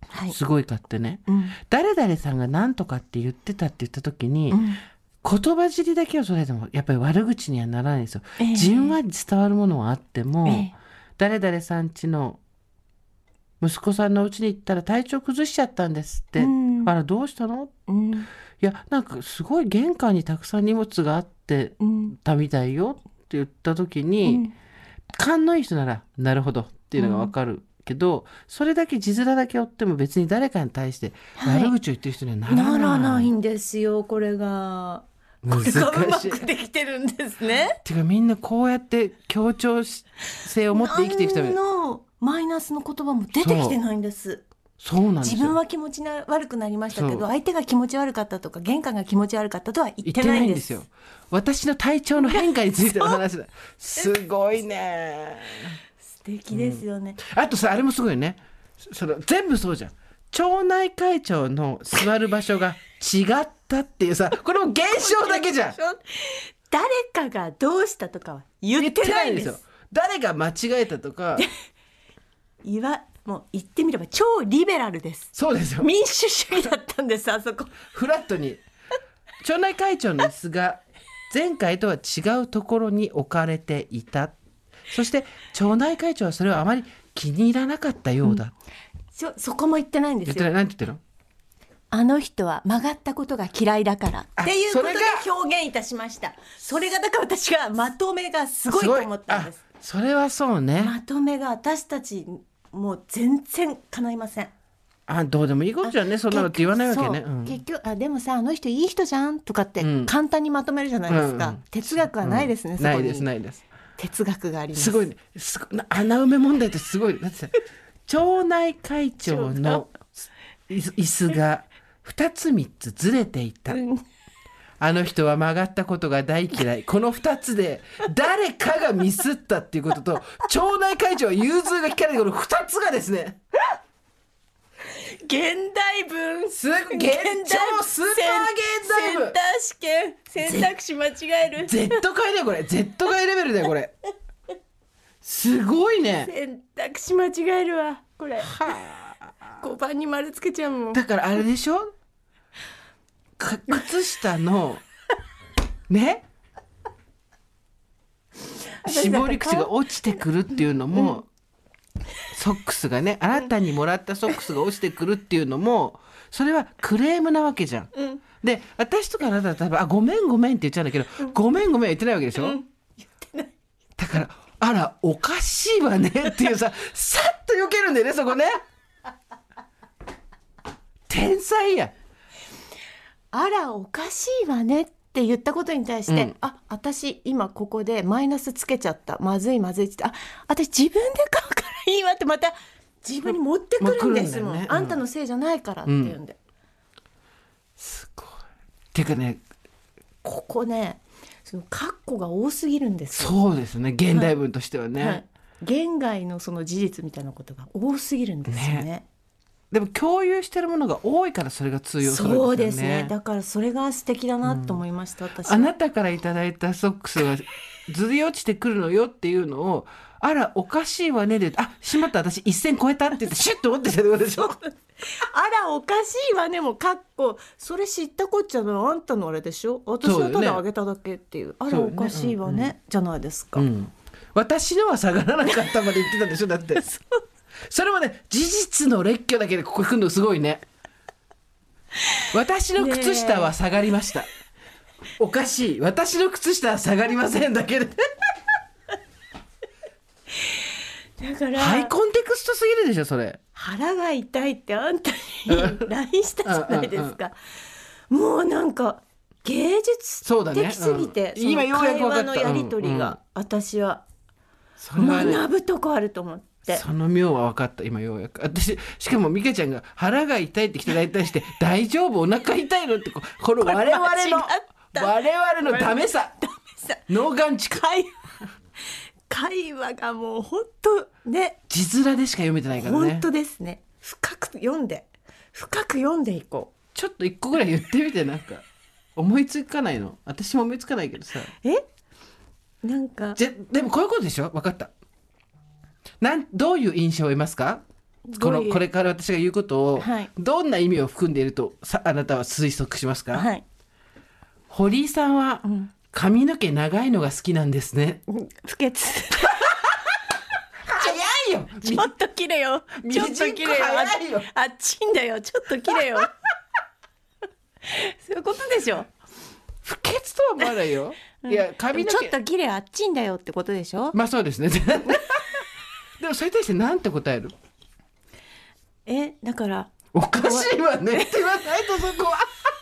はい、 すごいかってね、 うん、 誰々さんが何とかって言ってたって言った時に、 うん、 言葉尻だけをそれでもやっぱり悪口にはならないんですよ、じんわり伝わるものはあっても、誰々さん家の息子さんの家に行ったら体調崩しちゃったんですって、 うん、 あらどうしたの、 うん、 いやなんかすごい玄関にたくさん荷物があってたみたいよって言った時に、うん、勘のいい人ならなるほどっていうのが分かるけど、それだけ字面だけ追っても別に誰かに対して悪口を言ってる人にはならない、 ならないんですよ。これがうまくできてるんですね。 てかみんなこうやって協調性を持って生きていくためのマイナスの言葉も出てきてないんです。 そうなんですよ。 自分は気持ち悪くなりましたけど、相手が気持ち悪かったとか玄関が気持ち悪かったとは言ってないんです。 よ。私の体調の変化についての話だ。すごいね。 素敵ですよね、 あとさ、あれもすごいね。全部そうじゃん。町内会長の座る場所が違ったっていうさ、これも現象だけじゃん。 誰かがどうしたとかは言ってないんですよ。 誰が間違えたとかもう言ってみれば超リベラルです。 そうですよ。 民主主義だったんですあそこ。 フラットに町内会長の椅子が前回とは違うところに置かれていた。そして町内会長はそれをあまり気に入らなかったようだ、 そこも言ってないんですよ。 言ってない。何て言ってるの？ あの人は曲がったことが嫌いだからっていうことで表現いたしました。それがだから私がまとめがすごいと思ったんです。 それはそうね。 まとめが私たちもう全然叶いません。 どうでもいいことじゃんね、そんなのって言わないわけね。 結局でもさ、あの人いい人じゃんとかって簡単にまとめるじゃないですか、哲学はないですね、そこにないです哲学があります。 すごいね。穴埋め問題ってすごい。だってさ、町内会長の椅子が2つ3つずれていた、あの人は曲がったことが大嫌い。この2つで誰かがミスったっていうことと、町内会長は融通が利かないこの2つがですね、 現代文超スーパー現代文選択肢間違える Z 回だよこれ。 Z 回レベルだよこれ。すごいね。 選択肢間違えるわこれ。5番に丸つけちゃうもん。 だからあれでしょ、靴下のね絞り口が落ちてくるっていうのも、ソックスがね、あなたにもらったソックスが落ちてくるっていうのも、それはクレームなわけじゃん、で私とかあなたは多分ごめんって言っちゃうんだけど、ごめんは言ってないわけでしょ、言ってない。だからあらおかしいわねっていうささっと避けるんだよねそこね。天才や。 あらおかしいわねって言ったことに対して、私今ここでマイナスつけちゃった、まずいって私自分で買うからいいわってまた自分に持ってくるんですもん、あんたのせいじゃないからって言うんで、 すごい。っていうかね、 ここね、そのカッコが多すぎるんですよ。 そうですね、現代文としてはね、 言外のその事実みたいなことが多すぎるんですよね。 でも共有してるものが多いからそれが通用するんですよね。 そうですね。だからそれが素敵だなと思いました、私は。 あなたからいただいたソックスがずり落ちてくるのよっていうのを、あらおかしいわねで、しまった私一線超えたって言ってシュッと折ってきたってことでしょ。 あらおかしいわねもかっこ、それ知ったこっちゃのあんたのあれでしょ、私はただあげただけっていう、あらおかしいわね、じゃないですか、 私のは下がらなかったまで言ってたんでしょだって。それもね、事実の列挙だけでここ来るのすごいね。私の靴下は下がりました、おかしい、私の靴下は下がりませんだけでだからハイコンテクストすぎるでしょそれ。 腹が痛いってあんたに LINE したじゃないですかもうなんか芸術的すぎて、その会話のやり取りが、私は学ぶとこあると思って、 その妙は分かった、今ようやく。私しかも美香ちゃんが腹が痛いって人に対して大丈夫お腹痛いのってこの我々のダメさ脳眼力会話がもう本当ね、 字面でしか読めてないからね。 本当ですね。深く読んでいこう。 ちょっと一個ぐらい言ってみて。なんか思いつかないの？私も思いつかないけどさ。 なんかでもこういうことでしょ。分かった。どういう印象を得ますか？ これから私が言うことを、 はいどんな意味を含んでいるとあなたは推測しますか？ はい。 堀井さんは髪の毛長いのが好きなんですね。 不潔。 早いよ。 ちょっと切れよ。ちょっと切れよ。 早いよ。 あっちんだよ。ちょっと切れよ。そういうことでしょ。 不潔とは思わないよ。いや髪の毛ちょっと切れあっちんだよってことでしょ。 まあそうですね。でもそれに対してなんて答える？ だからおかしいわねって言わないとそこは。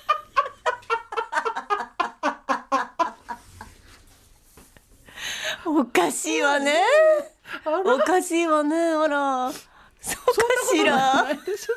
おかしいわね。おかしいわね。ほら。そうかしら。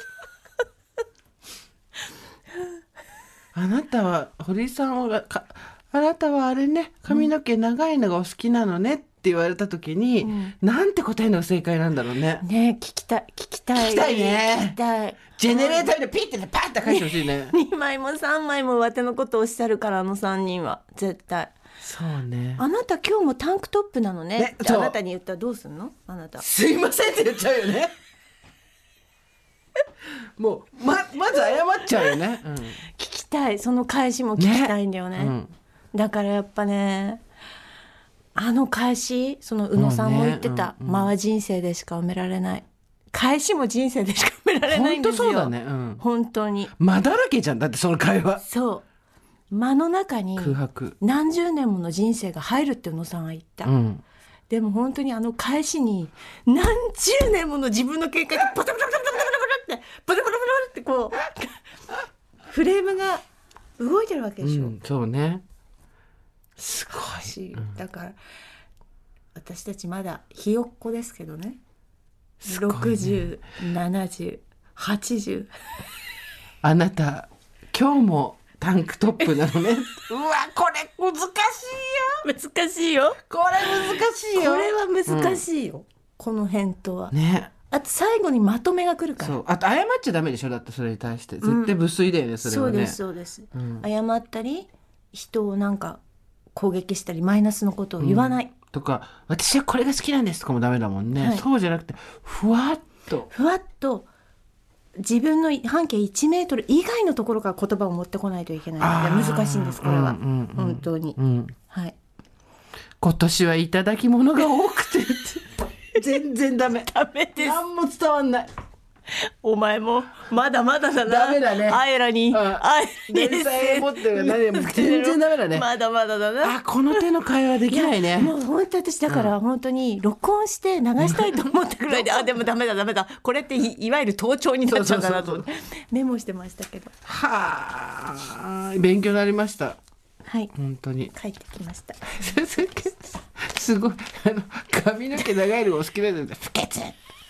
あなたは堀井さんはあなたはあれね髪の毛長いのがお好きなのねって言われた時に、なんて答えるのが正解なんだろうね。 ね聞きたい。 聞きたいね。 聞きたい。 ジェネレーターでピッてパッて返してほしいね。 2枚も3枚も上手のことをおっしゃるから、あの3人は絶対。 そうね。 あなた今日もタンクトップなのねってそうあなたに言ったらどうすんの？あなた。 すいませんって言っちゃうよね。もうまず謝っちゃうよね。 聞きたい。その返しも聞きたいんだよね。だからやっぱね、あの返し、その宇野さんも言ってた、間は人生でしか埋められない。返しも人生でしか埋められないんですよ。 本当そうだね。 本当に。 間だらけじゃん。だってその会話。 そう。間の中に空白。 何十年もの人生が入るって宇野さんは言った。でも本当にあの返しに何十年もの自分の経験がパタパタパタパタパタってパタパタパタってこうフレームが動いてるわけでしょ。 そうね。すごい。 だから私たちまだひよっこですけどね。60、70、80。 あなた今日もタンクトップなのね。うわこれ難しいよ。 難しいよ。 これ難しいよ。 これは難しいよ。この返答は。 ね。 あと最後にまとめが来るから。 そう。あと謝っちゃダメでしょ。だってそれに対して絶対無粋だよね。それはね。 そうです。謝ったり人をなんか攻撃したりマイナスのことを言わない。 とか私はこれが好きなんですとかもダメだもんね。そうじゃなくてふわっと自分の半径1メートル以外のところから言葉を持ってこないといけないので難しいんです。これは本当に。はい。 今年はいただき物が多くて全然ダメ。 ダメです。 何も伝わんない。 お前もまだまだだな。 ダメだね。 あえらに連載持ってるが何も全然ダメだね。 まだまだだな。 この手の会話できないね。 もう本当私だから本当に録音して流したいと思ったぐらいででもダメだこれっていわゆる盗聴になっちゃうんだなと思ってメモしてましたけど。 はあ勉強になりました。 はい本当に帰ってきました。 すごい髪の毛長いのがお好きなんだ。不潔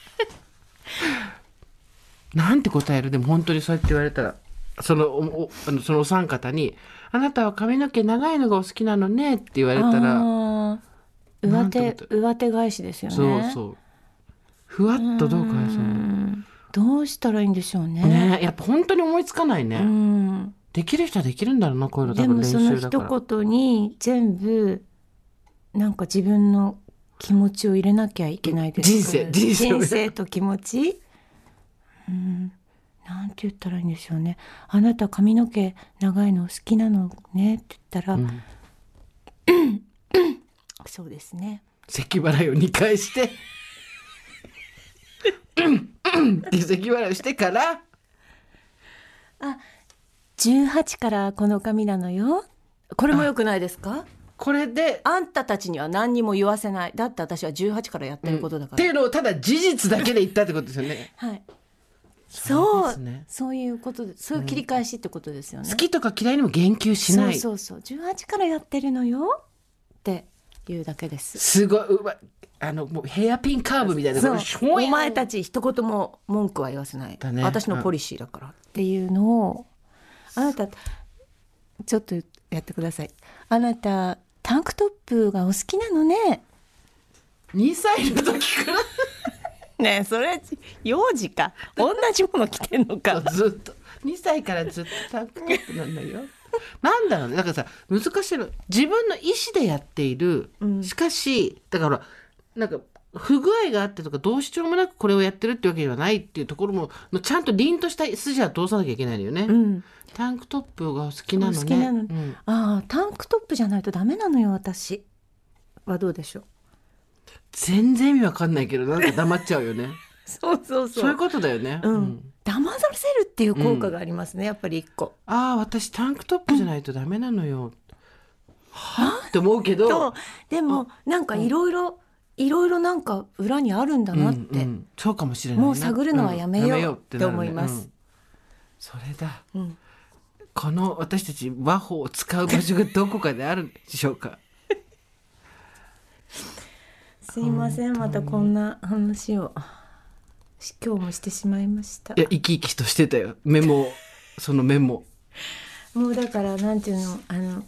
なんて答える？でも本当にそうやって言われたらそのお三方にあなたは髪の毛長いのがお好きなのねって言われたら上手返しですよね。 そうふわっとどう返すの？ どうしたらいいんでしょうね。 やっぱ本当に思いつかないね。できる人はできるんだろうなこういうの多分練習だから。 でもその一言に全部なんか自分の気持ちを入れなきゃいけないです。人生と気持ち。なんて言ったらいいんでしょうね。あなた髪の毛長いの好きなのねって言ったら、そうですね。 咳払いを2回してって咳払いをしてから 18からこの髪なのよ。これも良くないですか？ これであんたたちには何にも言わせない。だって私は18からやってることだから、 っていうのをただ事実だけで言ったってことですよね。 はいそういうことで、そういう切り返しってことですよね。 好きとか嫌いにも言及しない。 そう18からやってるのよっていうだけです。 すごいもうヘアピンカーブみたいな。 お前たち一言も文句は言わせない、私のポリシーだからっていうのをあなたちょっとやってください。あなたタンクトップがお好きなのね。 2歳の時からねえそれ幼児か同じもの着てんのか。 ずっと2歳からずっとタンクトップなんだよ。なんだろうね。だからさ難しいの自分の意思でやっている、しかしだからなんか不具合があってとかどうしようもなくこれをやってるってわけではないっていうところもちゃんと凛とした筋は通さなきゃいけないのよね、 うん、 タンクトップが好きなのね。 好きなの、ああタンクトップじゃないとダメなのよ私は。どうでしょう。 全然意味わかんないけどなんか黙っちゃうよねそうそういうことだよね、 騙させるっていう効果がありますね、やっぱり一個。 ああ私タンクトップじゃないとダメなのよ、はって思うけどでもなんかいろいろなんか裏にあるんだなって、 そうかもしれない、ね、 もう探るのはやめようって思います、 それだ、この私たち和法を使う場所がどこかであるんでしょうかすいませんまたこんな話を今日もしてしまいました。 いや生き生きとしてたよそのメモもうだからなんていうの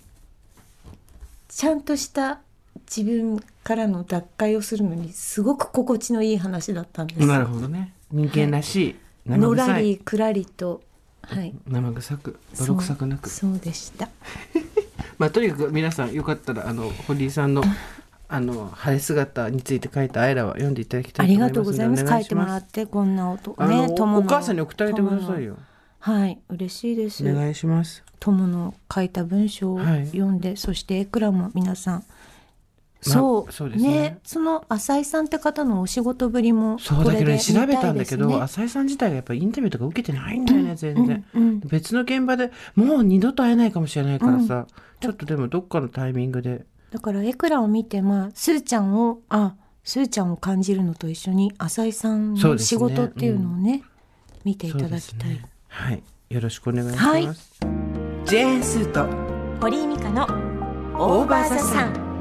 ちゃんとした自分からの脱会をするのにすごく心地のいい話だったんです。 なるほどね。人間らしい、 はい、のらりくらりと、はい、 生臭く泥臭くなくそうでしたまあとにかく皆さんよかったら堀井さんの晴れ姿について書いたアイラは読んでいただきたいと思います。 ありがとうございます。書いてもらってこんな音ね、 お母さんに送ってあげてくださいよ。 はい嬉しいです。 お願いします。 友の書いた文章を読んで、そしてエクラも皆さんそうです ね、その浅井さんって方のお仕事ぶりもそうだけど、ね、調べたんだけど浅井さん自体がやっぱりインタビューとか受けてないんだよね、全然、別の現場でもう二度と会えないかもしれないからさ、ちょっとでもどっかのタイミングでだからエクラを見て、スーちゃんを感じるのと一緒に浅井さんの仕事っていうのをね、見ていただきたい、 はい、よろしくお願いします、ジェーンスーと堀井美香のオーバーザさん。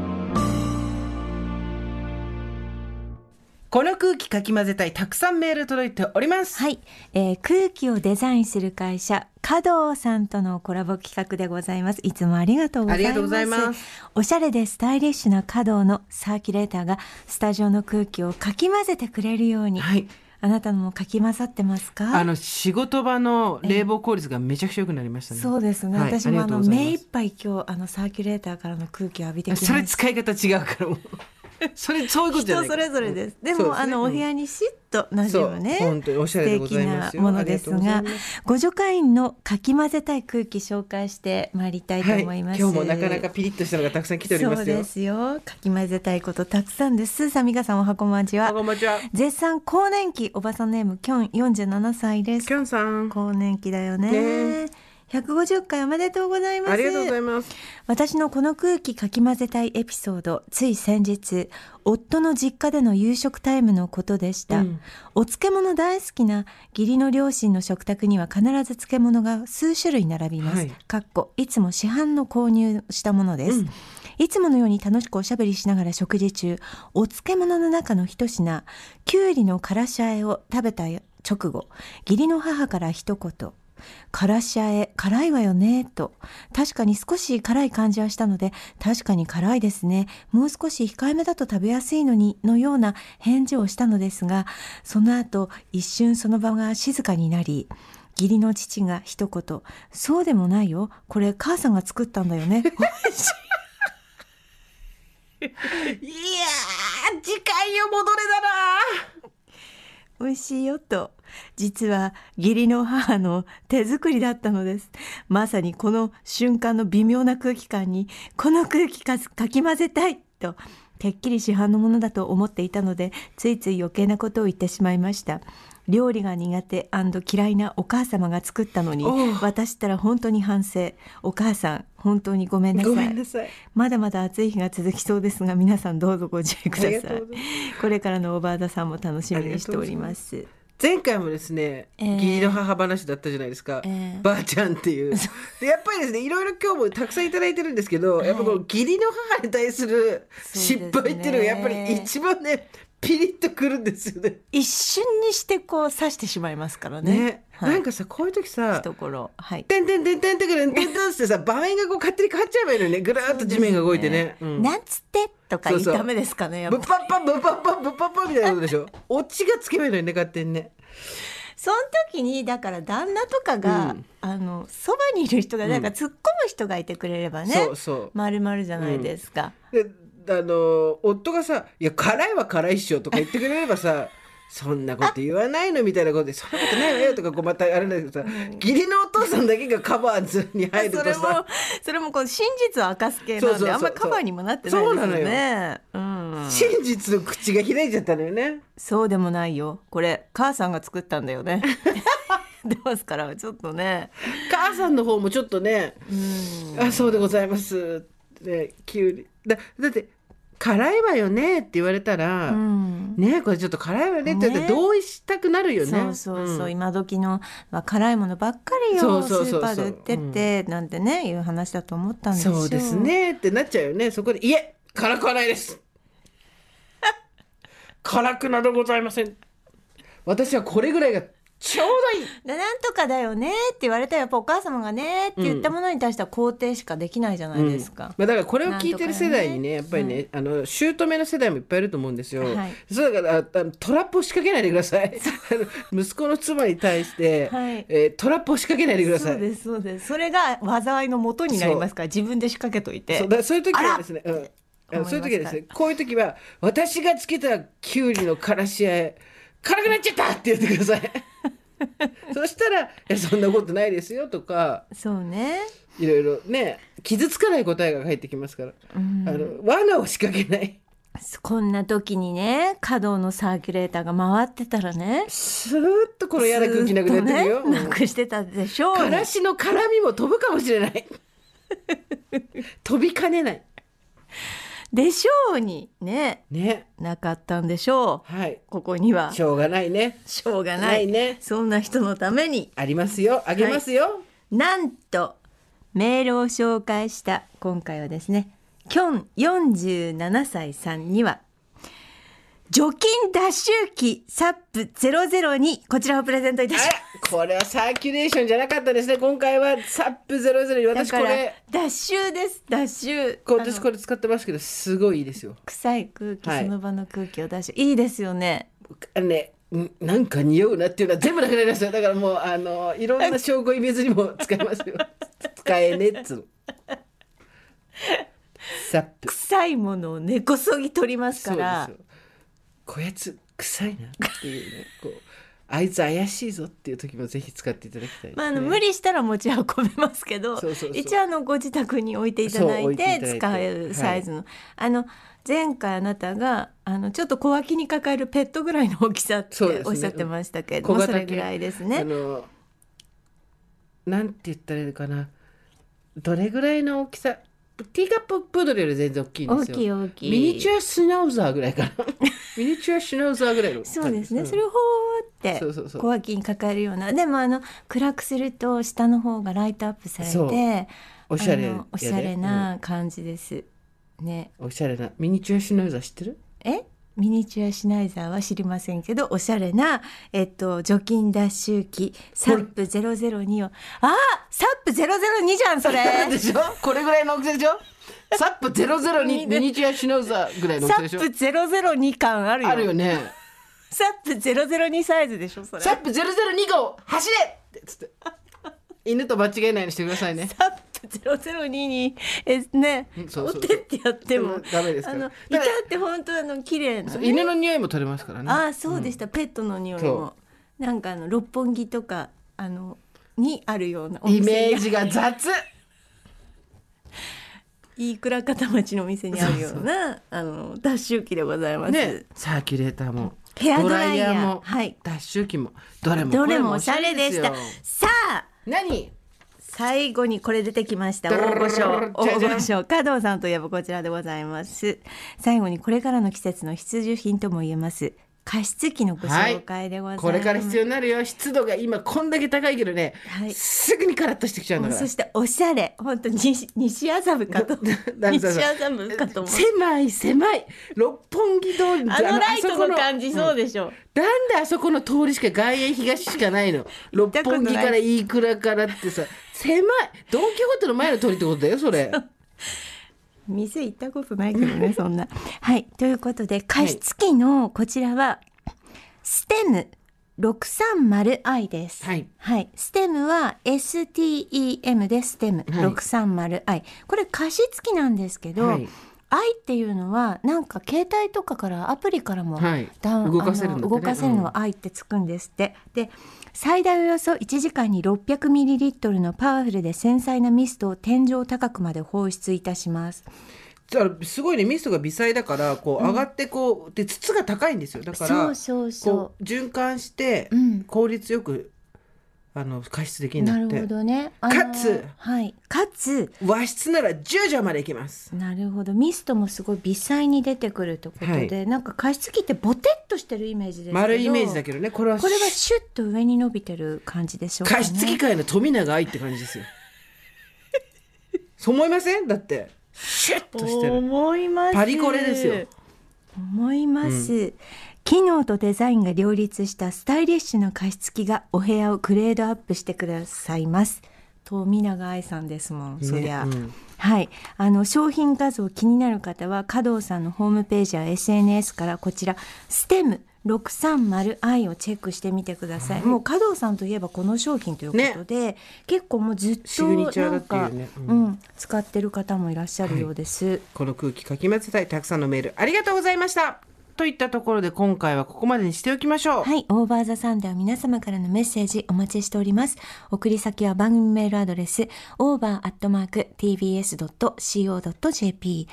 この空気かき混ぜたい、たくさんメール届いております。 はい、空気をデザインする会社華道さんとのコラボ企画でございます。いつもありがとうございます。 ありがとうございます。 おしゃれでスタイリッシュな華道のサーキュレーターがスタジオの空気をかき混ぜてくれるように、はい、あなたのもかき混ざってますか？ 仕事場の冷房効率がめちゃくちゃ良くなりましたね。 そうですね、はい、私も目いっぱい今日サーキュレーターからの空気を浴びてきました。 それ使い方違うからもうそういうことじゃない。 人それぞれです。でもお部屋にシッとなじむね、 本当におしゃれでございますよ。 素敵なものですが、ご助会員のかき混ぜたい空気紹介してまいりたいと思います、 今日もなかなかピリッとしたのがたくさん来ておりますよ。 そうですよ、かき混ぜたいことたくさんです。スーさん、美香さん、おはこんばんちは。 おはこんばんちは。 絶賛更年期、おばさんネームキョン、47歳です。 キョンさん、 更年期だよね。150回おめでとうございます。 ありがとうございます。 私のこの空気かき混ぜたいエピソード、つい先日夫の実家での夕食タイムのことでした、お漬物大好きな義理の両親の食卓には必ず漬物が数種類並びます、いつも市販の購入したものです、いつものように楽しくおしゃべりしながら食事中、お漬物の中の一品、きゅうりのからしあえを食べた直後、義理の母から一言、からしあえ辛いわよねと、確かに少し辛い感じはしたので、確かに辛いですね、もう少し控えめだと食べやすいのにのような返事をしたのですが、その後一瞬その場が静かになり、義理の父が一言、そうでもないよ、これ母さんが作ったんだよねいやー、次回よ戻れだな。 美味しいよと、実は義理の母の手作りだったのです。まさにこの瞬間の微妙な空気感に、この空気かき混ぜたいと、てっきり市販のものだと思っていたので、ついつい余計なことを言ってしまいました。料理が苦手&嫌いなお母様が作ったのに、私ったら本当に反省。お母さん、本当にごめんなさい。 ごめんなさい。 まだまだ暑い日が続きそうですが、皆さんどうぞご注意ください。これからのおばあださんも楽しみにしております。 前回もですね、義理の母話だったじゃないですか、ばあちゃんっていうで、やっぱりですね、いろいろ今日もたくさんいただいてるんですけど、やっぱこの義理の母に対する失敗っていうのがやっぱり一番ね、ピリッとくるんですよね。 一瞬にしてこう刺してしまいますからね。 なんかさ、こういう時さ、 ところ、 てんてんてんてんてんてんてんてんってさ、場面がこう勝手に変わっちゃえばいいのにね、ぐらーっと地面が動いてね。 なんつってとか言いためですかね。 ブッパッパブッパッパブッパッパみたいなことでしょ。オチがつけばいいのにね、勝手にね。 その時にだから旦那とかが、そばにいる人がなんか突っ込む人がいてくれればね、丸々じゃないですか。 夫がさ「いや辛いは辛いっしょ」とか言ってくれればさそんなこと言わないのみたいなことでそんなことないわよとかこうまたあれだけどさ、義理のお父さんだけがカバーズに入るとさそれもこう真実を明かす系なんであんまりカバーにもなってないですよね。 真実の口が開いちゃったのよね。 そうでもないよ、これ母さんが作ったんだよね出ますからちょっとね母さんの方もちょっとねあそうでございますねきゅうりだって辛いわよねって言われたら、ねこれちょっと辛いわよねって言って同意したくなるよね。 そう、今時のは辛いものばっかりよスーパーで売ってってなんてねいう話だと思ったんですよ。 そうですねってなっちゃうよね。そこでいえ辛くはないです辛くなどございません。私はこれぐらいがちょうどいいでなんとかだよねって言われたらやっぱお母様がねって言ったものに対しては肯定しかできないじゃないですか、 だからこれを聞いてる世代にねやっぱりね、姑の世代もいっぱいいると思うんですよ、そうだからトラップを仕掛けないでください息子の妻に対して、トラップを仕掛けないでください。 そうです。それが災いの元になりますから自分で仕掛けといてそういう時はですね、そういう時はですねこういう時は私がつけたきゅうりのからしあえ辛くなっちゃったって言ってくださいそしたらそんなことないですよとかそうねいろいろね傷つかない答えが返ってきますから、罠を仕掛けないこんな時にね華道のサーキュレーターが回ってたらねスーッとこの嫌な空気なくなってるよ、 なくしてたでしょう、 からしの辛みも飛ぶかもしれない飛びかねないでしょうにねなかったんでしょう、ここにはしょうがないねしょうがないねそんな人のためにありますよあげますよ、 なんとメールを紹介した今回はですねきょん47歳さんには除菌脱臭機サップ002こちらをプレゼントいたします。 これはサーキュレーションじゃなかったですね。今回はサップ002私これ脱臭です脱臭私これ使ってますけどすごいいいですよ。 臭い空気、その場の空気を出しいいですよね。 なんか匂うなっていうのは全部なくなりますよ。だからもういろんな証拠イメージにも使えますよ使えねっつうサップ臭いものを根こそぎ取りますからそうですよこやつ臭いなっていうねこうあいつ怪しいぞっていう時もぜひ使っていただきたいですね。 無理したら持ち運べますけど一応ご自宅に置いていただいて使えるサイズの、前回あなたがちょっと小脇に抱えるペットぐらいの大きさっておっしゃってましたけども、それぐらいですね。 なんて言ったらいいのかなどれぐらいの大きさティーカッププードルより全然大きいんですよ。 大きいミニチュアシュナウザーぐらいかなミニチュアシュナウザーぐらいのそうですね、それをほーって小脇に抱えるようなでも暗くすると下の方がライトアップされておしゃれな感じですね。 おしゃれなミニチュアシュナウザー知ってる？ ミニチュアシュナイザーは知りませんけどおしゃれな、除菌脱臭機サップ002をサップ002じゃんそれでしょこれぐらいの大きさでしょサップ002ミニチュアシュナウザーぐらいの大きさでしょサップ002感あるよ。 あるよね。 サップ002サイズでしょそれ。 サップ002号走れってつって犬と間違えないようにしてくださいね。 サップ002にねお手ってやってもダメですから。 いたって本当綺麗な、 犬の匂いも取れますからね。 そうでした、ペットの匂いもなんか六本木とかにあるようなお店イメージが雑飯倉片町のお店にあるような脱臭機でございます、 サーキュレーターもヘアドライヤーも脱臭機もどれもおしゃれでした。さあ何最後にこれ出てきました大御所加藤さんといえばこちらでございます。最後にこれからの季節の必需品とも言えます加湿器のご紹介でございます、 これから必要になるよ。湿度が今こんだけ高いけどね、すぐにカラッとしてきちゃうんだから。 そしておしゃれ本当に西麻布かと西麻布かと思う狭い六本木通りライトの感じそうでしょ、 なんであそこの通りしか外苑東しかないの六本木から飯倉からってさ狭いドン・キホーテの前の通りってことだよそれ店行ったことないけどねそんなということで加湿器のこちらはステム 630i です、ステムは STEM でステム 630i、これ加湿器なんですけど、 愛っていうのはなんか携帯とかからアプリからも、 はい、動かせるんだってね。 動かせるのは愛ってつくんですって。で最大およそ1時間に 600ml のパワフルで繊細なミストを天井高くまで放出いたします。 だからすごいね、ミストが微細だからこう上がってこう、で筒が高いんですよ。だからそうこう循環して効率よく加湿できるんだって。 なるほどね。 かつ、 はい、かつ和室なら10畳までいきます。 なるほど。ミストもすごい微細に出てくるということで、なんか加湿器ってボテッとしてるイメージですけど、 丸いイメージだけどね、これはシュッと上に伸びてる感じでしょうかね。 加湿器界の富永愛って感じですよ。そう思いません？だってシュッとしてる。 思います。 パリコレですよ。 思います、機能とデザインが両立したスタイリッシュな加湿器がお部屋をグレードアップしてくださいます。富永愛さんですもん、そりゃ、はい、商品画像気になる方は加藤さんのホームページや SNS からこちらステム 630i をチェックしてみてください、もう加藤さんといえばこの商品ということで、結構もうずっとなんか、使ってる方もいらっしゃるようです、 この空気かき混ぜたい。たくさんのメールありがとうございましたといったところで今回はここまでにしておきましょう。 はい、オーバーザサンデーは皆様からのメッセージお待ちしております。送り先は番組メールアドレス over@tbs.co.jp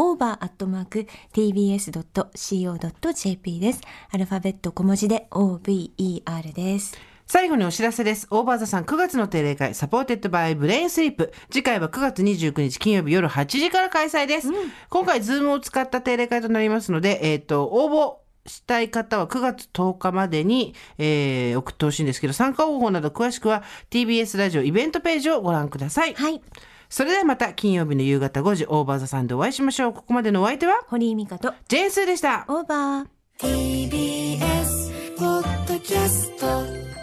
over@tbs.co.jp です。アルファベット小文字で OVER です。 最後にお知らせです。オーバーザさん9月の定例会サポーテッドバイブレインスリープ、次回は9月29日金曜日夜8時から開催です、今回ズームを使った定例会となりますので、応募したい方は9月10日までに、送ってほしいんですけど、参加方法など詳しくは TBS ラジオイベントページをご覧ください。 はい、 それではまた金曜日の夕方5時オーバーザさんでお会いしましょう。ここまでのお相手は堀井美香とジェーンスーでした。 オーバー。 TBS ポッドキャスト